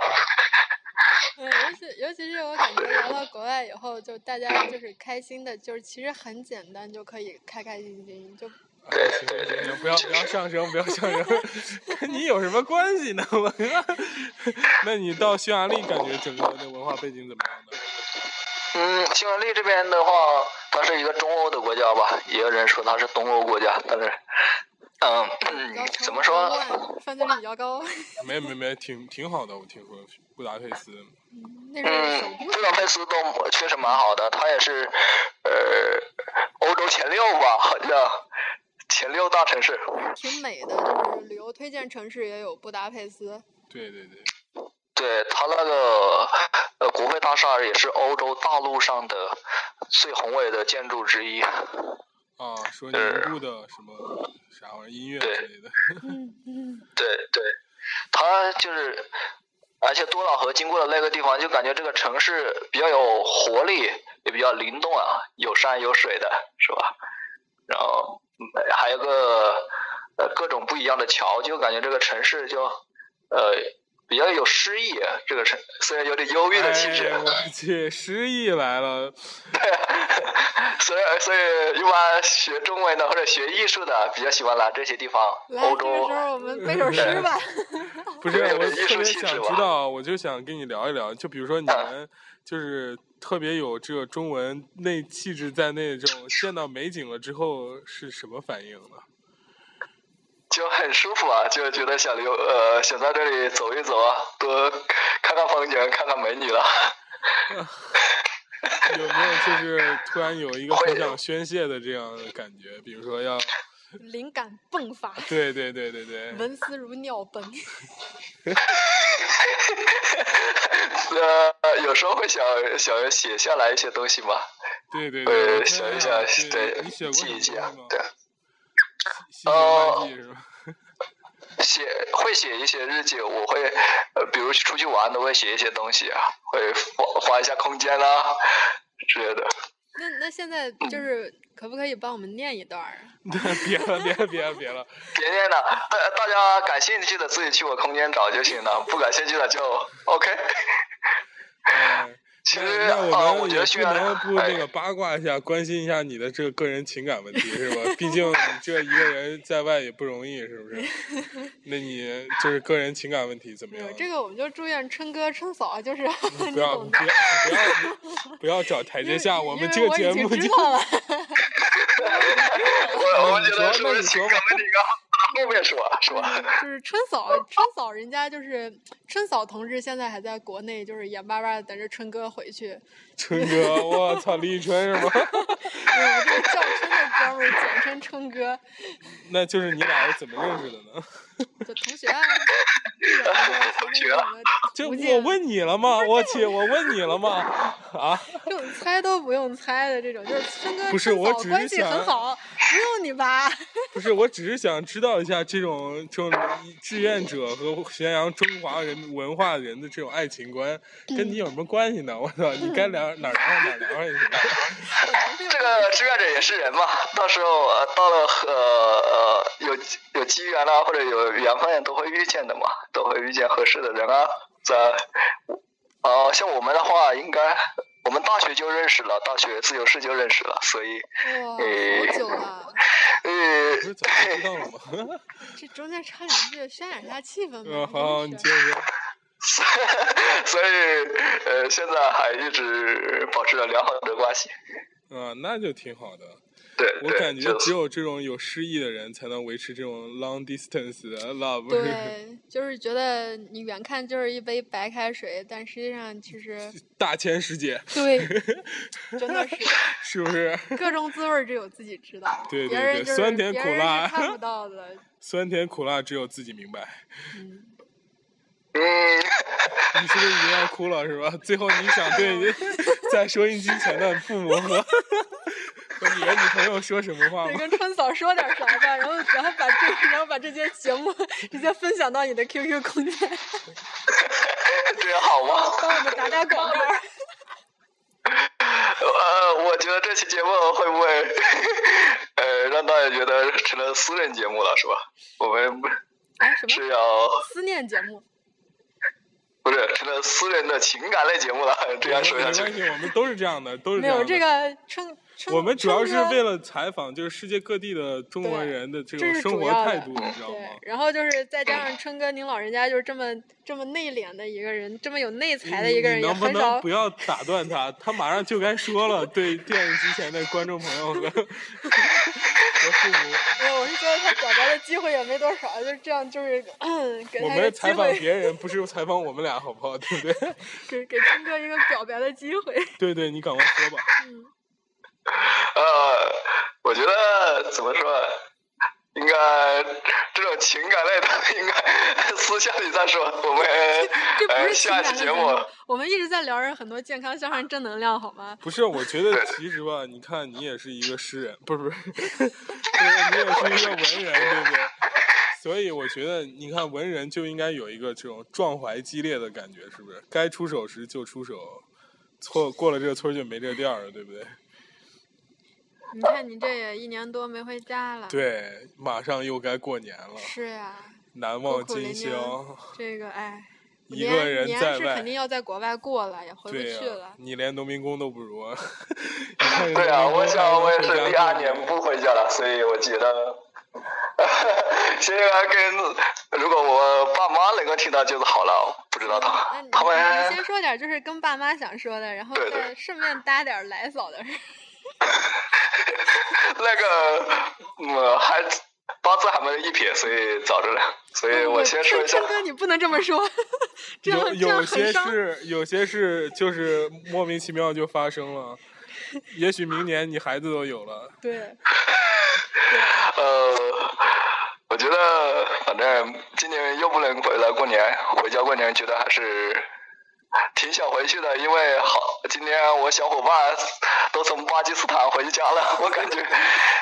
[SPEAKER 2] 尤其是我感觉来到国外以后，就大家就是开心的，就是其实很简单就可以开开心心就。
[SPEAKER 3] 对，
[SPEAKER 1] 不要上升，不要上升，跟你有什么关系呢？那你到匈牙利，感觉整个的文化背景怎么样
[SPEAKER 3] 呢？匈牙利这边的话，它是一个中欧的国家吧，也有人说它是东欧国家，但是，怎么说？
[SPEAKER 2] 犯罪率比较高。
[SPEAKER 1] 没，挺好的，我听说布达佩斯。
[SPEAKER 3] 布达佩斯都确实蛮好的，它也是欧洲前6吧，好像。前6大城市，
[SPEAKER 2] 挺美的，就是旅游推荐城市也有布达佩斯。
[SPEAKER 3] 对，它那个国会大厦也是欧洲大陆上的最宏伟的建筑之一。
[SPEAKER 1] 说凝固的什么啥玩意儿音乐之类的。
[SPEAKER 3] 对，它就是，而且多瑙河经过的那个地方，就感觉这个城市比较有活力，也比较灵动啊，有山有水的，是吧？然后。还有个各种不一样的桥，就感觉这个城市就比较有诗意，这个是虽然有点忧郁的气质。
[SPEAKER 1] 我去，诗意来了。
[SPEAKER 3] 对，所以一般学中文的或者学艺术的比较喜欢来这些地方。欧洲。
[SPEAKER 2] 这个时候我们背首诗吧。
[SPEAKER 1] 不是，我特别想知道，我就想跟你聊一聊，就比如说你们就是特别有这个中文那气质在那种见到美景了之后是什么反应呢？
[SPEAKER 3] 就很舒服啊，就觉得想在这里走一走啊，多看看风景，看看美女了。
[SPEAKER 1] 有没有就是突然有一个很想宣泄的这样的感觉？比如说要
[SPEAKER 2] 灵感迸发。
[SPEAKER 1] 对。
[SPEAKER 2] 文思如尿奔。
[SPEAKER 3] 有时候会想写下来一些东西嘛。
[SPEAKER 1] 对。
[SPEAKER 3] 想一想，对，记一记啊，对。会写一些日记，我会比如出去玩都会写一些东西啊，会画一下空间啊之类的。
[SPEAKER 2] 那现在就是可不可以帮我们念一段啊？
[SPEAKER 1] 别了，别
[SPEAKER 3] 念了，大家感兴趣的自己去我空间找就行了，不感兴趣的就 OK。其实
[SPEAKER 1] 那我们也
[SPEAKER 3] 不
[SPEAKER 1] 能不那个八卦一下，关心一下你的这个个人情感问题是吧？毕竟你这一个人在外也不容易，是不是？那你就是个人情感问题怎么样？
[SPEAKER 2] 这个我们就祝愿春哥春嫂就是
[SPEAKER 1] 不要找台阶下，我们这个节目就。
[SPEAKER 3] 我觉得是不是情感问题后面说是吧？
[SPEAKER 2] 就是春嫂人家就是春嫂同志现在还在国内，就是眼巴巴的等着春哥回去。
[SPEAKER 1] 春哥，我操，李宇春是吗？
[SPEAKER 2] 我们这个叫春的哥们儿简称春哥。
[SPEAKER 1] 那就是你俩是怎么认识的呢？
[SPEAKER 2] 就同学啊。
[SPEAKER 3] 同学啊。
[SPEAKER 1] 就我问你了吗？我去，我问你了吗？啊？
[SPEAKER 2] 这种猜都不用猜的这种，就是春哥
[SPEAKER 1] 不是，我只是
[SPEAKER 2] 关系很好，不用你吧？
[SPEAKER 1] 不是，我只是想知道一下这种志愿者和宣扬中华文化人的这种爱情观，跟你有什么关系呢？我操，你该哪儿聊去。
[SPEAKER 3] 这个志愿者也是人嘛，到时候到了有机缘啦，或者有缘分都会遇见的嘛，都会遇见合适的人啊。像我们的话，应该我们大学就认识了，大学自由室就认识了，所以
[SPEAKER 2] 好久了。
[SPEAKER 1] 不是早就知道了吗？
[SPEAKER 2] 这中间插两句渲染一下气氛嘛。
[SPEAKER 1] 好，你接着说。
[SPEAKER 3] 所以现在还一直保持着良好的关系。
[SPEAKER 1] 那就挺好的。
[SPEAKER 3] 对，
[SPEAKER 1] 我感觉只有这种有诗意的人才能维持这种 long distance 的 love。
[SPEAKER 2] 对，就是觉得你远看就是一杯白开水，但实际上其实
[SPEAKER 1] 大千世界。
[SPEAKER 2] 对，真的是。
[SPEAKER 1] 是不是？
[SPEAKER 2] 各种滋味只有自己知道。
[SPEAKER 1] 对，
[SPEAKER 2] 酸
[SPEAKER 1] 甜苦辣
[SPEAKER 2] 看不到的。
[SPEAKER 1] 酸甜苦辣只有自己明白。
[SPEAKER 3] 你
[SPEAKER 1] 是不是已经要哭了是吧？最后你想对在收音机前的父母和你的女朋友说什么话吗？
[SPEAKER 2] 对，跟春嫂说点啥吧，然后把这节节目直接分享到你的 QQ 空间。
[SPEAKER 3] 这样好吗？
[SPEAKER 2] 帮我们打广告。
[SPEAKER 3] 我觉得这期节目会不会让大家觉得成了私人节目了，是吧？我们是要
[SPEAKER 2] 思念节目。
[SPEAKER 3] 不是成了私人的情感类节目了，这样说下去。
[SPEAKER 1] 没关系，我们都是这样的，都是
[SPEAKER 2] 这样的。没有这个
[SPEAKER 1] 我们主要是为了采访，就是世界各地的中国人的这种生活态度，你知道吗？
[SPEAKER 2] 然后就是再加上春哥您老人家就是这么内敛的一个人，这么有内材的一个人，
[SPEAKER 1] 你能不能不要打断他？他马上就该说了，对电视机前的观众朋友和父母。
[SPEAKER 2] 我是觉得他表达的机会也没多少，就是这样，就是给他一个机会。
[SPEAKER 1] 我们采访别人，不是采访我们俩，好不好？对不
[SPEAKER 2] 对？给春哥一个表白的机会。
[SPEAKER 1] 对，你赶快说吧。
[SPEAKER 3] 我觉得怎么说，应该这种情感类的应该私下里再说。我们下一期节目，
[SPEAKER 2] 我们一直在聊着很多健康向上正能量，好吗？
[SPEAKER 1] 不是，我觉得其实吧，你看你也是一个诗人，不是，你也是一个文人，对不对？所以我觉得，你看文人就应该有一个这种壮怀激烈的感觉，是不是？该出手时就出手，过了这个村就没这店了，对不对？
[SPEAKER 2] 你看你这也1年多没回家了。
[SPEAKER 1] 对，马上又该过年了。
[SPEAKER 2] 是呀。
[SPEAKER 1] 难忘今宵。
[SPEAKER 2] 这个
[SPEAKER 1] 一个人在外，
[SPEAKER 2] 年是肯定要在国外过了，也回不去了。
[SPEAKER 1] 啊、你连农民工都不如。
[SPEAKER 3] 对啊，我想我也是第2年不回家了，所以我觉得，现在如果我爸妈能够听到就是好了，不知道他们。
[SPEAKER 2] 你先说点就是跟爸妈想说的，然后再顺便搭点来嫂的事。
[SPEAKER 3] 那个八字还没一撇，所以早着呢。所以我先说一下。
[SPEAKER 2] 琛哥，你不能这么说，这样
[SPEAKER 1] 有些事就是莫名其妙就发生了，也许明年你孩子都有了。
[SPEAKER 2] 对。
[SPEAKER 3] 我觉得反正今年又不能回来过年，回家过年觉得还是挺想回去的，因为今天我小伙伴都从巴基斯坦回家了，我感觉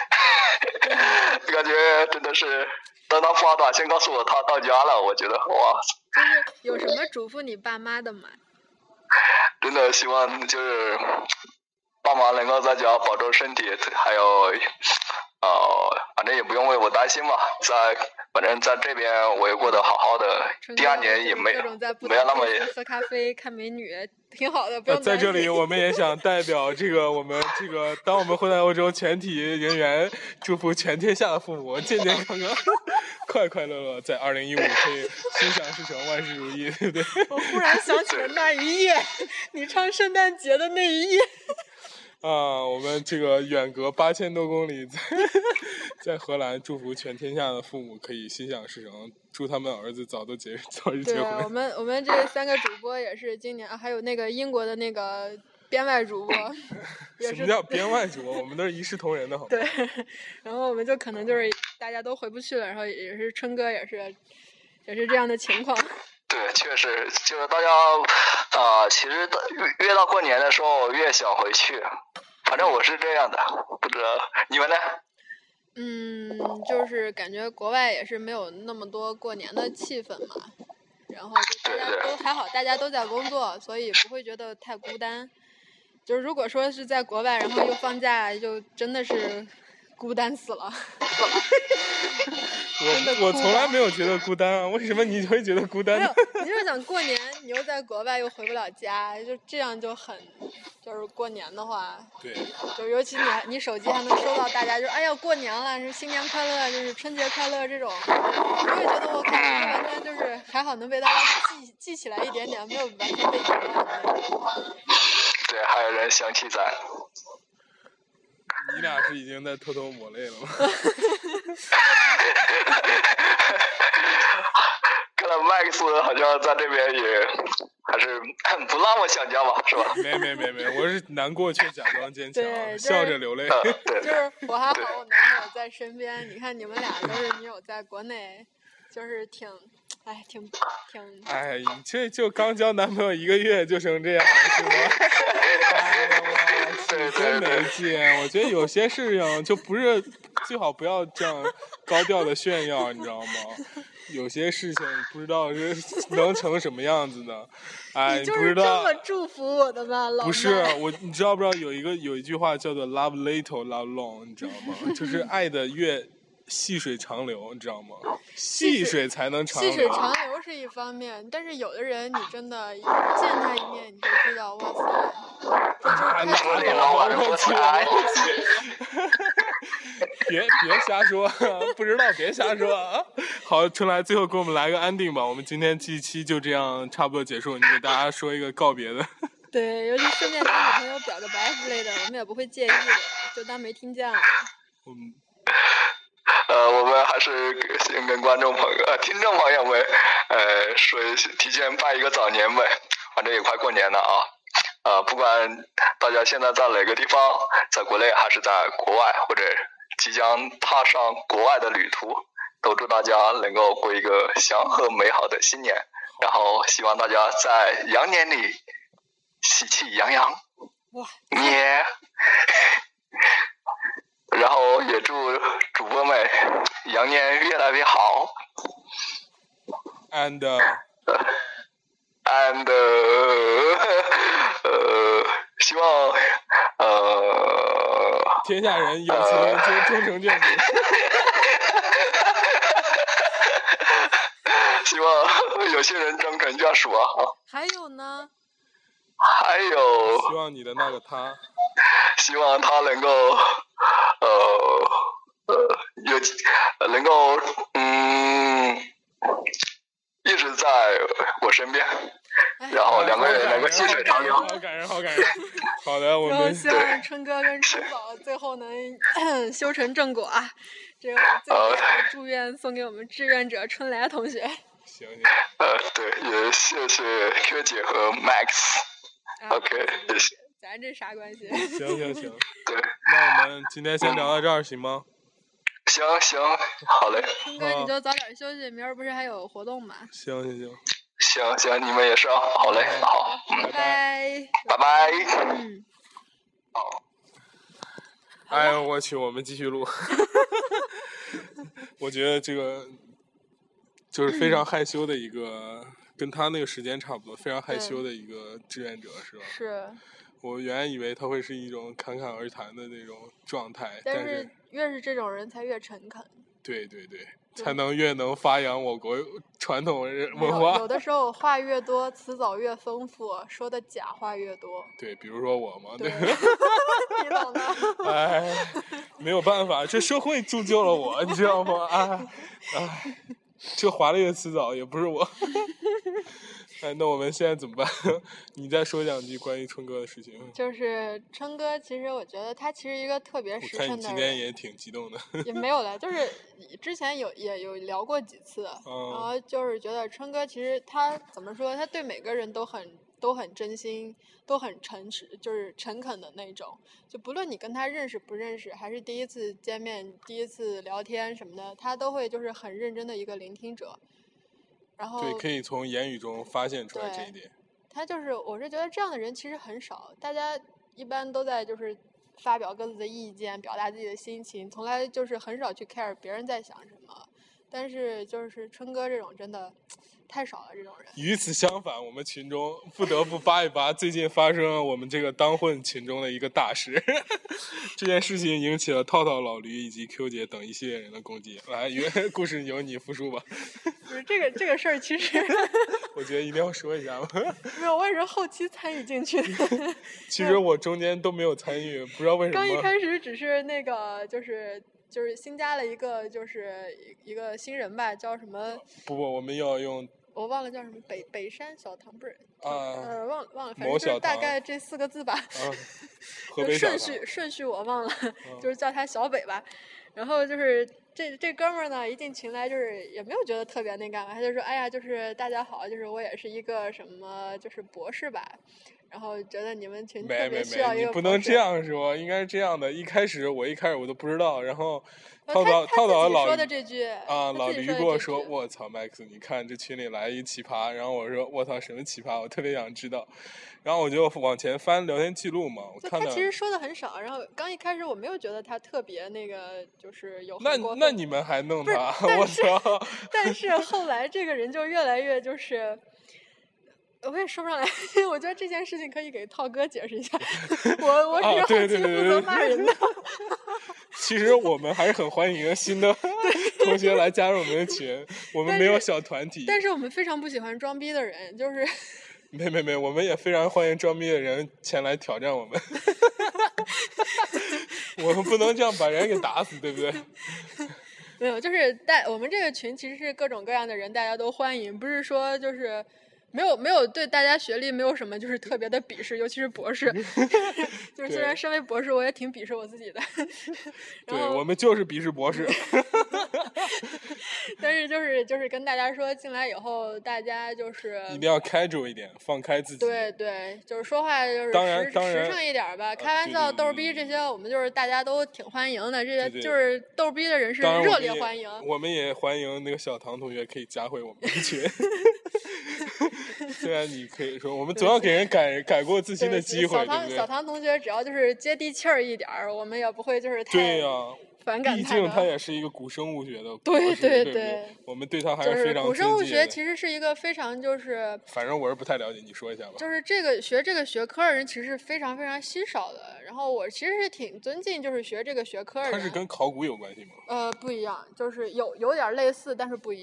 [SPEAKER 3] 真的是，当他发短信告诉我他到家了，我觉得哇。
[SPEAKER 2] 就是有什么嘱咐你爸妈的吗？
[SPEAKER 3] 真的希望就是爸妈能够在家保重身体，还有反正也不用为我担心嘛，反正在这边我也过得好好的，第2年也没有那么
[SPEAKER 2] 喝咖啡看美女挺好的，不用担心。
[SPEAKER 1] 在这里我们也想代表我们当我们回来欧洲全体人员，祝福全天下的父母健健康康快快乐乐，在2015可以心想事成，万事如意，对不对？
[SPEAKER 2] 我忽然想起了那一夜你唱圣诞节的那一夜
[SPEAKER 1] 我们这个远隔8000多公里在荷兰，祝福全天下的父母可以心想事成，祝他们儿子早日结婚。
[SPEAKER 2] 对啊，我们这3个主播也是今年，还有那个英国的那个编外主播
[SPEAKER 1] 什么叫编外主播？我们都是一视同仁的好吗？
[SPEAKER 2] 对，然后我们就可能就是大家都回不去了，然后也是春哥也是这样的情况。
[SPEAKER 3] 对，确实就是大家其实越到过年的时候越想回去，反正我是这样的，不知道你们呢？
[SPEAKER 2] 就是感觉国外也是没有那么多过年的气氛嘛，然后就大家都还好，大家都在工作，所以不会觉得太孤单。就是如果说是在国外，然后又放假，就真的是孤单死了。
[SPEAKER 1] 我从来没有觉得孤单啊，为什么你会觉得孤单呢？
[SPEAKER 2] 你就是想过年，你又在国外又回不了家，就这样就很，就是过年的话，
[SPEAKER 1] 对，
[SPEAKER 2] 就尤其你手机还能收到大家就哎呀过年了，是新年快乐，就是春节快乐这种，我也觉得我可能完全就是还好能被大家记起来一点点，没有完全被遗忘的那种。
[SPEAKER 3] 对，还有人想起咱。
[SPEAKER 1] 你俩是已经在偷偷抹泪了吗？
[SPEAKER 3] 看来麦克斯好像在这边也还是不那么想家吧，是吧？
[SPEAKER 1] 没，我是难过却假装坚强，笑着流泪。
[SPEAKER 2] 就是我还好，我男朋友在身边。你看你们俩都是女友在国内，就是挺。
[SPEAKER 1] 哎，这就刚交男朋友1个月就成这样了，是吗？真没劲！我觉得有些事情就不是最好不要这样高调的炫耀，你知道吗？有些事情不知道是能成什么样子的，哎，
[SPEAKER 2] 你就是这么祝福我的吗？老
[SPEAKER 1] 不是你知道不知道有一句话叫做 love little love long， 你知道吗？就是爱的越细水长流，你知道吗？细水才能长流。
[SPEAKER 2] 细水长流是一方面，但是有的人你真的见他一面，你就知道，哇塞，这就是太
[SPEAKER 1] 我去！别瞎说，不知道别瞎说。好，春来最后给我们来个安定吧。我们今天这一期就这样差不多结束，你给大家说一个告别的。
[SPEAKER 2] 对，尤其顺便跟女朋友表个白之类的，我们也不会介意的，就当没听见了。
[SPEAKER 3] 我们还是先跟听众朋友们，说提前拜一个早年呗，反正也快过年了啊。不管大家现在在哪个地方，在国内还是在国外，或者即将踏上国外的旅途，都祝大家能够过一个祥和美好的新年，然后希望大家在羊年里喜气洋洋。
[SPEAKER 2] 哇！
[SPEAKER 3] 然后也祝主播们羊年越来越好。
[SPEAKER 1] And
[SPEAKER 3] 希望
[SPEAKER 1] 天下人有情人终成眷属。
[SPEAKER 3] 希希望有些人中肯这样说啊。
[SPEAKER 2] 还有呢？
[SPEAKER 3] 还有，
[SPEAKER 1] 希望你的那个他，
[SPEAKER 3] 希望他能够能够一直在我身边，然后两个人能够细水长流。
[SPEAKER 1] 好感人，好感人。好的，我们
[SPEAKER 2] 希望春哥跟春宝最后能修成正果啊！这个最后祝愿送给我们志愿者春来同学。
[SPEAKER 1] 行。
[SPEAKER 3] 对，也谢谢 Q 姐和 Max。OK， 谢谢。
[SPEAKER 2] 咱这啥关系？
[SPEAKER 1] 行。
[SPEAKER 3] 对，
[SPEAKER 1] 那我们今天先聊到这儿，行吗？
[SPEAKER 3] 行，好嘞。
[SPEAKER 2] 春哥，你就早点休息，明儿不是还有活动吗？
[SPEAKER 1] 行。
[SPEAKER 3] 行，你们也是啊。好嘞，好，拜拜。好。
[SPEAKER 1] 哎呦我去，我们继续录。我觉得这个就是非常害羞的一个，跟他那个时间差不多，非常害羞的一个志愿者，是吧？
[SPEAKER 2] 是。
[SPEAKER 1] 我原来以为他会是一种侃侃而谈的那种状态，但
[SPEAKER 2] 是越是这种人才越诚恳。
[SPEAKER 1] 对，才越能发扬我国传统文化。
[SPEAKER 2] 有的时候话越多，词藻越丰富，说的假话越多。
[SPEAKER 1] 对，比如说我嘛。
[SPEAKER 2] 对。你懂的。
[SPEAKER 1] 哎，没有办法，这社会铸就了我，你知道吗？哎，这华丽的词藻也不是我。哎，那我们现在怎么办？你再说两句关于春哥的事情。
[SPEAKER 2] 就是春哥，其实我觉得他其实一个特别实诚的人。
[SPEAKER 1] 我看你今天也挺激动的。
[SPEAKER 2] 也没有了，就是之前也有聊过几次，然后就是觉得春哥其实他怎么说，他对每个人都很真心，都很诚实，就是诚恳的那种。就不论你跟他认识不认识，还是第一次见面、第一次聊天什么的，他都会就是很认真的一个聆听者。然后
[SPEAKER 1] 对，可以从言语中发现出来这一点。
[SPEAKER 2] 他就是，我是觉得这样的人其实很少，大家一般都在就是发表各自的意见，表达自己的心情，从来就是很少去 care 别人在想什么。但是就是春哥这种真的太少了，这种人。
[SPEAKER 1] 与此相反，我们群中不得不扒一扒最近发生了我们这个当混群中的一个大事。这件事情引起了套套、老驴以及 Q 姐等一系列人的攻击。来，故事由你复述吧。
[SPEAKER 2] 不是这个事儿，其实
[SPEAKER 1] 我觉得一定要说一下。
[SPEAKER 2] 没有，我也是后期参与进去的。
[SPEAKER 1] 其实我中间都没有参与，不知道为什么。
[SPEAKER 2] 刚一开始只是那个就是新加了一个一个新人吧，叫什么？
[SPEAKER 1] 不，我们要用。
[SPEAKER 2] 我忘了叫什么，北山小堂不是？忘了，反正
[SPEAKER 1] 就是
[SPEAKER 2] 大概这4个字吧。
[SPEAKER 1] 河北小堂。
[SPEAKER 2] 顺序我忘了，就是叫他小北吧。然后就是这哥们儿呢，一进群来就是也没有觉得特别那干嘛，他就说：“哎呀，就是大家好，就是我也是一个什么就是博士吧。”然后觉得你们群特别需要一个博士。
[SPEAKER 1] 你不能这样说，应该是这样的。一开始我都不知道，然后套
[SPEAKER 2] 套老
[SPEAKER 1] 驴跟我说：“我操，Max， 你看这群里来一奇葩。”然后我说：“我操，什么奇葩？我特别想知道。”然后我就往前翻聊天记录嘛，我看到
[SPEAKER 2] 他其实说的很少。然后刚一开始我没有觉得他特别那个，就是有
[SPEAKER 1] 那你们还弄他？
[SPEAKER 2] 我
[SPEAKER 1] 操！
[SPEAKER 2] 但是后来这个人就越来越就是。我也说不上来，我觉得这件事情可以给套哥解释一下。我是后期负责骂人的。
[SPEAKER 1] 其实我们还是很欢迎新的同学来加入我们的群，我们没有小团体。
[SPEAKER 2] 但是我们非常不喜欢装逼的人，就是。
[SPEAKER 1] 没，我们也非常欢迎装逼的人前来挑战我们。我们不能这样把人给打死，对不对？
[SPEAKER 2] 没有，就是我们这个群其实是各种各样的人，大家都欢迎，不是说就是。没有对大家学历没有什么就是特别的鄙视，尤其是博士。就是虽然身为博士，我也挺鄙视我自己的。
[SPEAKER 1] 对，我们就是鄙视博士。
[SPEAKER 2] 但是就是跟大家说，进来以后大家就是
[SPEAKER 1] 一定要开住一点，放开自己。
[SPEAKER 2] 对，就是说话就是实诚一点吧，开玩笑、逗逼这些，我们就是大家都挺欢迎的。这些就是逗逼的人是热烈欢迎。
[SPEAKER 1] 我们也欢迎那个小唐同学可以加回我们的群。虽然你可以说，我们总要给人改过自新的机会。
[SPEAKER 2] 小唐同学只要就是接地气儿一点儿，我们也不会就是太反感他。
[SPEAKER 1] 毕竟他也是一个古生物学的
[SPEAKER 2] 博士，
[SPEAKER 1] 对，我们对他还是非常
[SPEAKER 2] 古生物学其实是一个非常就是
[SPEAKER 1] 反正我是不太了解，你说一下吧。
[SPEAKER 2] 就是学这个学科的人其实是非常非常稀少的，然后我其实是挺尊敬就是学这个学科的人。
[SPEAKER 1] 它是跟考古有关系吗？
[SPEAKER 2] 不一样，就是有点类似，但是不一样。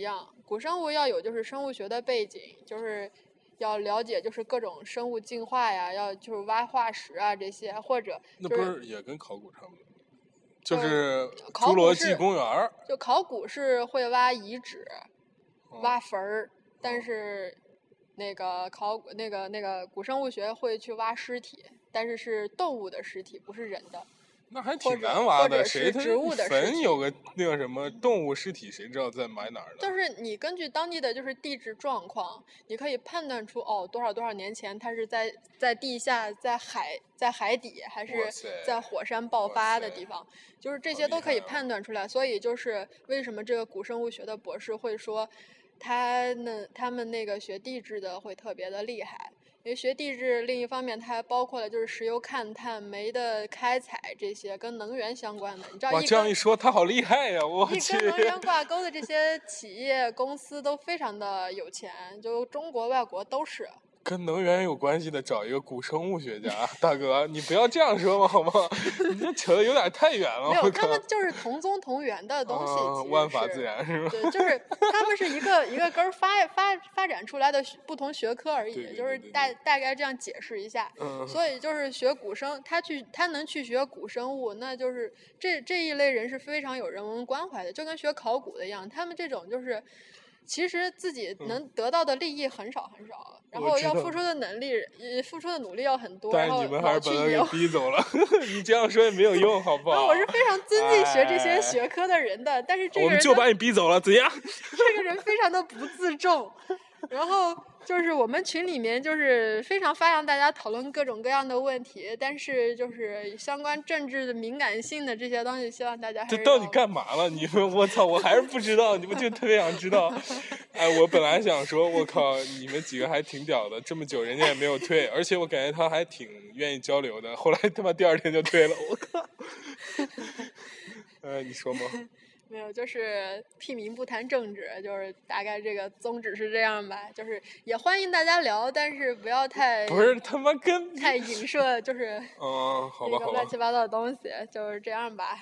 [SPEAKER 2] 古生物要有就是生物学的背景，就是要了解就是各种生物进化呀，要就是挖化石啊这些，或者、就是、
[SPEAKER 1] 那不是也跟考古差不多？就是侏罗纪公园。
[SPEAKER 2] 就考古是会挖遗址、挖坟儿，但是那个古生物学会去挖尸体，但是是动物的尸体，不是人的。
[SPEAKER 1] 那还挺难挖的，谁
[SPEAKER 2] 植物的
[SPEAKER 1] 坟有个那个什么动物尸体，谁知道在埋哪儿呢？
[SPEAKER 2] 就是你根据当地的就是地质状况，你可以判断出多少年前它是在地下、在海底，还是在火山爆发的地方，就是这些都可以判断出来。所以就是为什么这个古生物学的博士会说，他们那个学地质的会特别的厉害。因为学地质，另一方面它还包括了就是石油勘探、煤的开采这些跟能源相关的。你知道，
[SPEAKER 1] 这样一说，他好厉害呀！我去，
[SPEAKER 2] 跟能源挂钩的这些企业公司都非常的有钱，就中国、外国都是。
[SPEAKER 1] 跟能源有关系的，找一个古生物学家，大哥，你不要这样说嘛，好吗？你这扯得有点太远了。
[SPEAKER 2] 没有，他们就是同宗同源的东西，
[SPEAKER 1] 万法自然是吧？
[SPEAKER 2] 对，就是他们是一个根发展出来的不同学科而已，
[SPEAKER 1] 对
[SPEAKER 2] 就是大概这样解释一下。所以就是学古生，他能去学古生物，那就是这一类人是非常有人文关怀的，就跟学考古的一样，他们这种就是。其实自己能得到的利益很少很少，然后要付出的付出的努力要很多，
[SPEAKER 1] 但是你们还是把他给逼走了。你这样说也没有用，好不好？
[SPEAKER 2] 我是非常尊敬学这些学科的人的，但是这个人
[SPEAKER 1] 我们就把你逼走了，怎样？
[SPEAKER 2] 这个人非常的不自重，然后就是我们群里面就是非常发扬大家讨论各种各样的问题，但是就是相关政治的敏感性的这些东西，希望大家还是
[SPEAKER 1] 这到底干嘛了？你们我操，我还是不知道，你们就特别想知道。哎，我本来想说，我靠，你们几个还挺屌的，这么久人家也没有退，而且我感觉他还挺愿意交流的。后来他妈第二天就退了，我靠。你说吗？
[SPEAKER 2] 没有，就是屁民不谈政治，就是大概这个宗旨是这样吧。就是也欢迎大家聊，但是不要太
[SPEAKER 1] 不是他妈
[SPEAKER 2] 太影射，就是
[SPEAKER 1] 好吧，
[SPEAKER 2] 乱七八糟的东西，就是这样吧。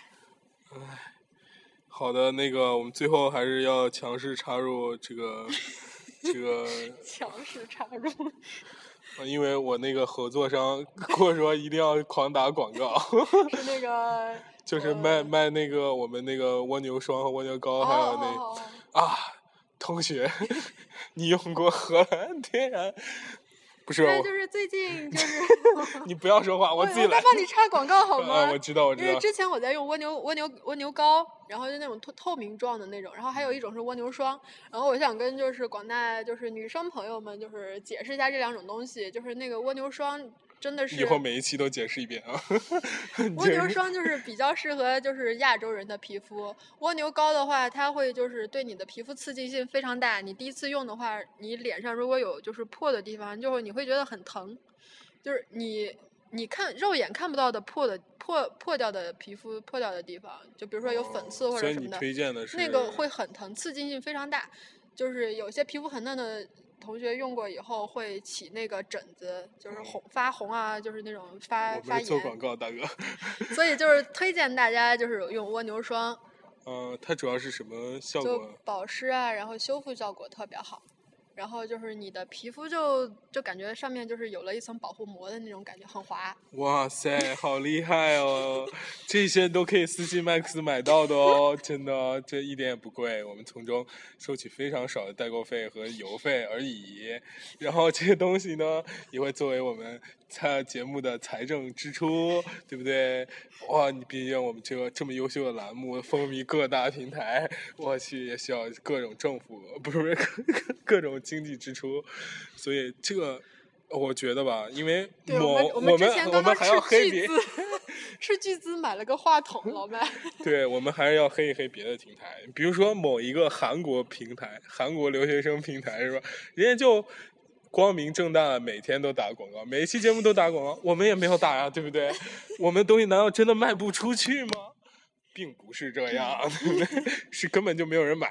[SPEAKER 1] 好的，那个我们最后还是要强势插入这个
[SPEAKER 2] 强势插入。
[SPEAKER 1] 因为我那个合作商跟我说一定要狂打广告。
[SPEAKER 2] 是那个。
[SPEAKER 1] 就是卖那个我们那个蜗牛霜和蜗牛膏，还有同学，你用过荷兰天然？不是，
[SPEAKER 2] 就是最近就是
[SPEAKER 1] 你不要说话，我自己来。
[SPEAKER 2] 我在帮你插广告好吗？
[SPEAKER 1] 我知道。
[SPEAKER 2] 因为之前我在用蜗牛膏，然后就那种透明状的那种，然后还有一种是蜗牛霜，然后我想跟就是广大就是女生朋友们就是解释一下这两种东西，就是那个蜗牛霜。真的是
[SPEAKER 1] 以后每一期都解释一遍啊。
[SPEAKER 2] 蜗牛霜就是比较适合就是亚洲人的皮肤，蜗牛膏的话，它会就是对你的皮肤刺激性非常大。你第一次用的话，你脸上如果有就是破的地方，就是你会觉得很疼，就是你看肉眼看不到的破掉的皮肤破掉的地方，就比如说有粉刺或者什么的，
[SPEAKER 1] 所以你推荐的是
[SPEAKER 2] 那个会很疼，刺激性非常大，就是有些皮肤很嫩的。同学用过以后会起那个疹子，就是发红啊，就是那种发炎。
[SPEAKER 1] 我没做广告，大哥。
[SPEAKER 2] 所以就是推荐大家就是用蜗牛霜。
[SPEAKER 1] 它主要是什么效果？
[SPEAKER 2] 就保湿啊，然后修复效果特别好。然后就是你的皮肤就感觉上面就是有了一层保护膜的那种感觉，很滑。
[SPEAKER 1] 哇塞，好厉害哦！这些都可以私信麦克斯买到的哦，真的，这一点也不贵，我们从中收取非常少的代购费和邮费而已。然后这些东西呢，也会作为我们节目的财政支出，对不对？哇，你毕竟我们这么优秀的栏目风靡各大平台，我去也需要各种政府不是各种经济支出，所以这个我觉得吧，因为
[SPEAKER 2] 我们
[SPEAKER 1] 还要黑别
[SPEAKER 2] 斥巨资买了个话筒，老麦。
[SPEAKER 1] 对，我们还是要黑一黑别的平台，比如说某一个韩国平台，韩国留学生平台是吧？人家就光明正大每天都打广告，每一期节目都打广告，我们也没有打呀，对不对？我们的东西难道真的卖不出去吗？并不是这样，对不对？是根本就没有人买。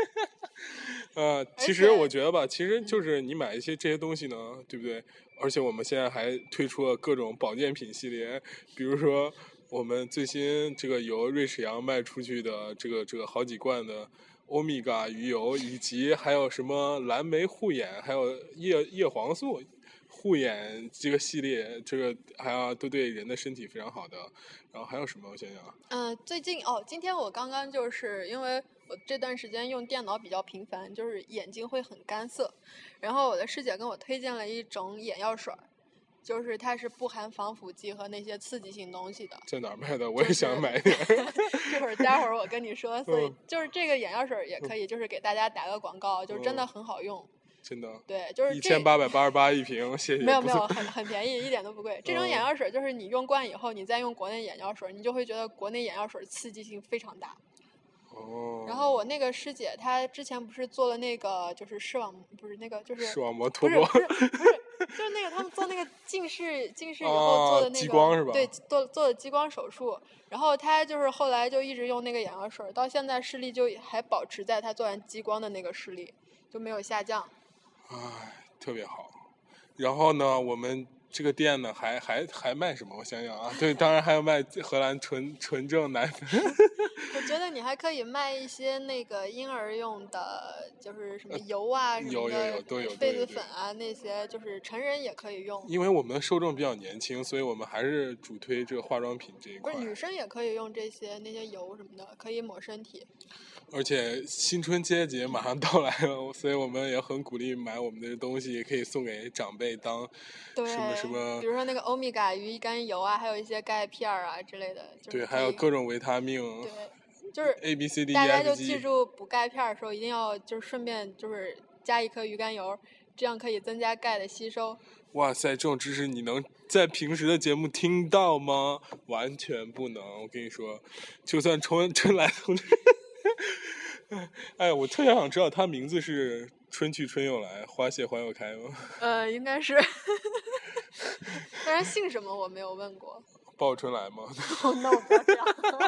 [SPEAKER 1] 其实我觉得吧，其实就是你买一些这些东西呢，对不对？而且我们现在还推出了各种保健品系列，比如说我们最新这个由瑞士洋卖出去的这个好几罐的欧米伽鱼油，以及还有什么蓝莓护眼，还有叶黄素护眼这个系列，这个还要都对人的身体非常好的。然后还有什么？我想想。
[SPEAKER 2] 最近今天我刚刚就是因为我这段时间用电脑比较频繁，就是眼睛会很干涩，然后我的师姐跟我推荐了一种眼药水，就是它是不含防腐剂和那些刺激性东西的。
[SPEAKER 1] 在哪儿卖的？我也想买点。
[SPEAKER 2] 待会儿我跟你说。所以就是这个眼药水也可以，就是给大家打个广告，就是真的很好用。
[SPEAKER 1] 真的。
[SPEAKER 2] 对，就是
[SPEAKER 1] 1888一瓶，谢谢。
[SPEAKER 2] 没有，很便宜，一点都不贵。这种眼药水就是你用惯以后，你再用国内眼药水，你就会觉得国内眼药水刺激性非常大。然后我那个师姐她之前不是做了那个就是视网
[SPEAKER 1] 膜脱落，
[SPEAKER 2] 不是就是那个他们做那个近视以后做的那个
[SPEAKER 1] 激光是吧？
[SPEAKER 2] 对，做的激光手术。然后她就是后来就一直用那个眼药水，到现在视力就还保持在她做完激光的那个视力，就没有下降。
[SPEAKER 1] 特别好。然后呢，我们这个店呢还卖什么？我想想啊，对，当然还要卖荷兰纯正奶粉。
[SPEAKER 2] 我觉得你还可以卖一些那个婴儿用的，就是什么油啊什么的，
[SPEAKER 1] 都有
[SPEAKER 2] 痱子粉啊那些，就是成人也可以用。
[SPEAKER 1] 因为我们的受众比较年轻，所以我们还是主推这个化妆品这一块。
[SPEAKER 2] 不是，女生也可以用那些油什么的，可以抹身体。
[SPEAKER 1] 而且新春佳节马上到来了，所以我们也很鼓励买我们的东西，也可以送给长辈当什么，
[SPEAKER 2] 比如说那个欧米伽鱼肝油啊，还有一些钙片啊之类的。
[SPEAKER 1] 对，还有各种维他命。
[SPEAKER 2] 对，就是
[SPEAKER 1] ABCD，
[SPEAKER 2] 大家就记住补钙片的时候一定要就是顺便就是加一颗鱼肝油，这样可以增加钙的吸收。
[SPEAKER 1] 哇塞，这种知识你能在平时的节目听到吗？完全不能。我跟你说，就算春来同志。哎，我特别想知道他名字是春去春又来，花谢花又开吗？
[SPEAKER 2] 应该是。但是姓什么我没有问过。
[SPEAKER 1] 报春来吗？
[SPEAKER 2] 那我不要这样。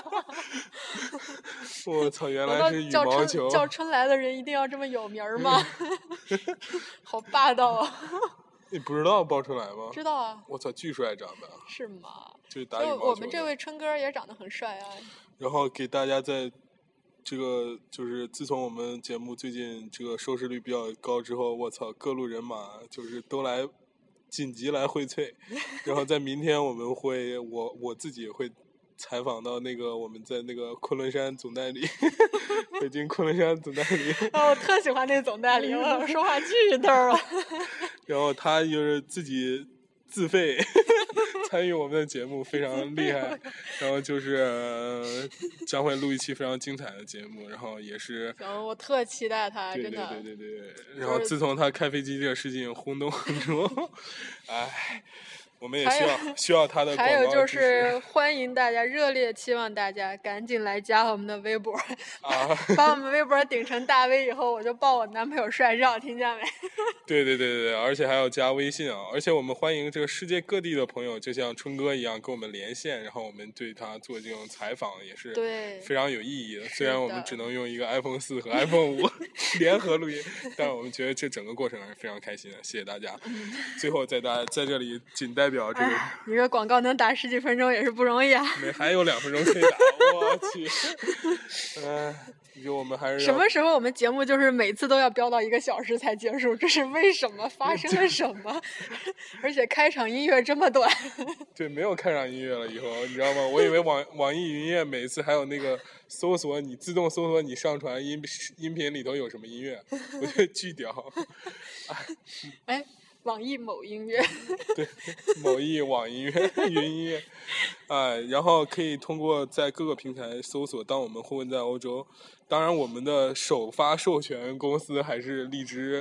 [SPEAKER 1] 我操，原来是羽毛球。
[SPEAKER 2] 叫春来的人一定要这么有名吗？好霸道啊！
[SPEAKER 1] 你不知道报春来吗？
[SPEAKER 2] 知道啊。
[SPEAKER 1] 我操，巨帅长得。
[SPEAKER 2] 是吗？
[SPEAKER 1] 就是打羽毛球。
[SPEAKER 2] 我们这位春哥也长得很帅啊。
[SPEAKER 1] 然后给大家在这个就是自从我们节目最近这个收视率比较高之后，我操，各路人马就是都来紧急来荟萃。然后在明天我们会我自己会采访到那个我们在那个昆仑山总代理。北京昆仑山总代理。
[SPEAKER 2] 我特喜欢那总代理，我说话巨逗啊。
[SPEAKER 1] 然后他就是自己自费参与我们的节目，非常厉害。然后就是将会录一期非常精彩的节目，然后也是
[SPEAKER 2] 我特期待他，真的。
[SPEAKER 1] 对。然后自从他开飞机这个事情轰动之后，哎。我们也需要他的广告。
[SPEAKER 2] 还有就是欢迎大家，热烈期望大家赶紧来加我们的微博，把我们微博顶成大 V 以后，我就抱我男朋友帅照，听见没？
[SPEAKER 1] 对，而且还要加微信啊！而且我们欢迎这个世界各地的朋友，就像春哥一样跟我们连线，然后我们对他做这种采访也是非常有意义的。虽然我们只能用一个 iPhone 4和 iPhone 5联合录音，但我们觉得这整个过程还是非常开心的。谢谢大家。最后在这里仅代表这个，
[SPEAKER 2] 你这广告能打10几分钟也是不容易啊！
[SPEAKER 1] 还有2分钟可以打，我去！就我们还是
[SPEAKER 2] 什么时候我们节目就是每次都要飙到1个小时才结束？这是为什么？发生了什么？而且开场音乐这么短。
[SPEAKER 1] 对，没有开场音乐了以后，你知道吗？我以为网易云音乐每次还有那个自动搜索你上传音频里头有什么音乐，我觉得巨屌。
[SPEAKER 2] 哎。网易某音乐。
[SPEAKER 1] 对，某易网音乐、云音乐，然后可以通过在各个平台搜索当我们混在欧洲。当然我们的首发授权公司还是荔枝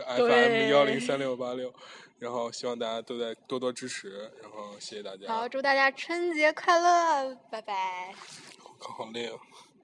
[SPEAKER 1] FM103686，然后希望大家都在多多支持，然后谢谢大家。
[SPEAKER 2] 好，祝大家春节快乐，拜拜。
[SPEAKER 1] 好累啊。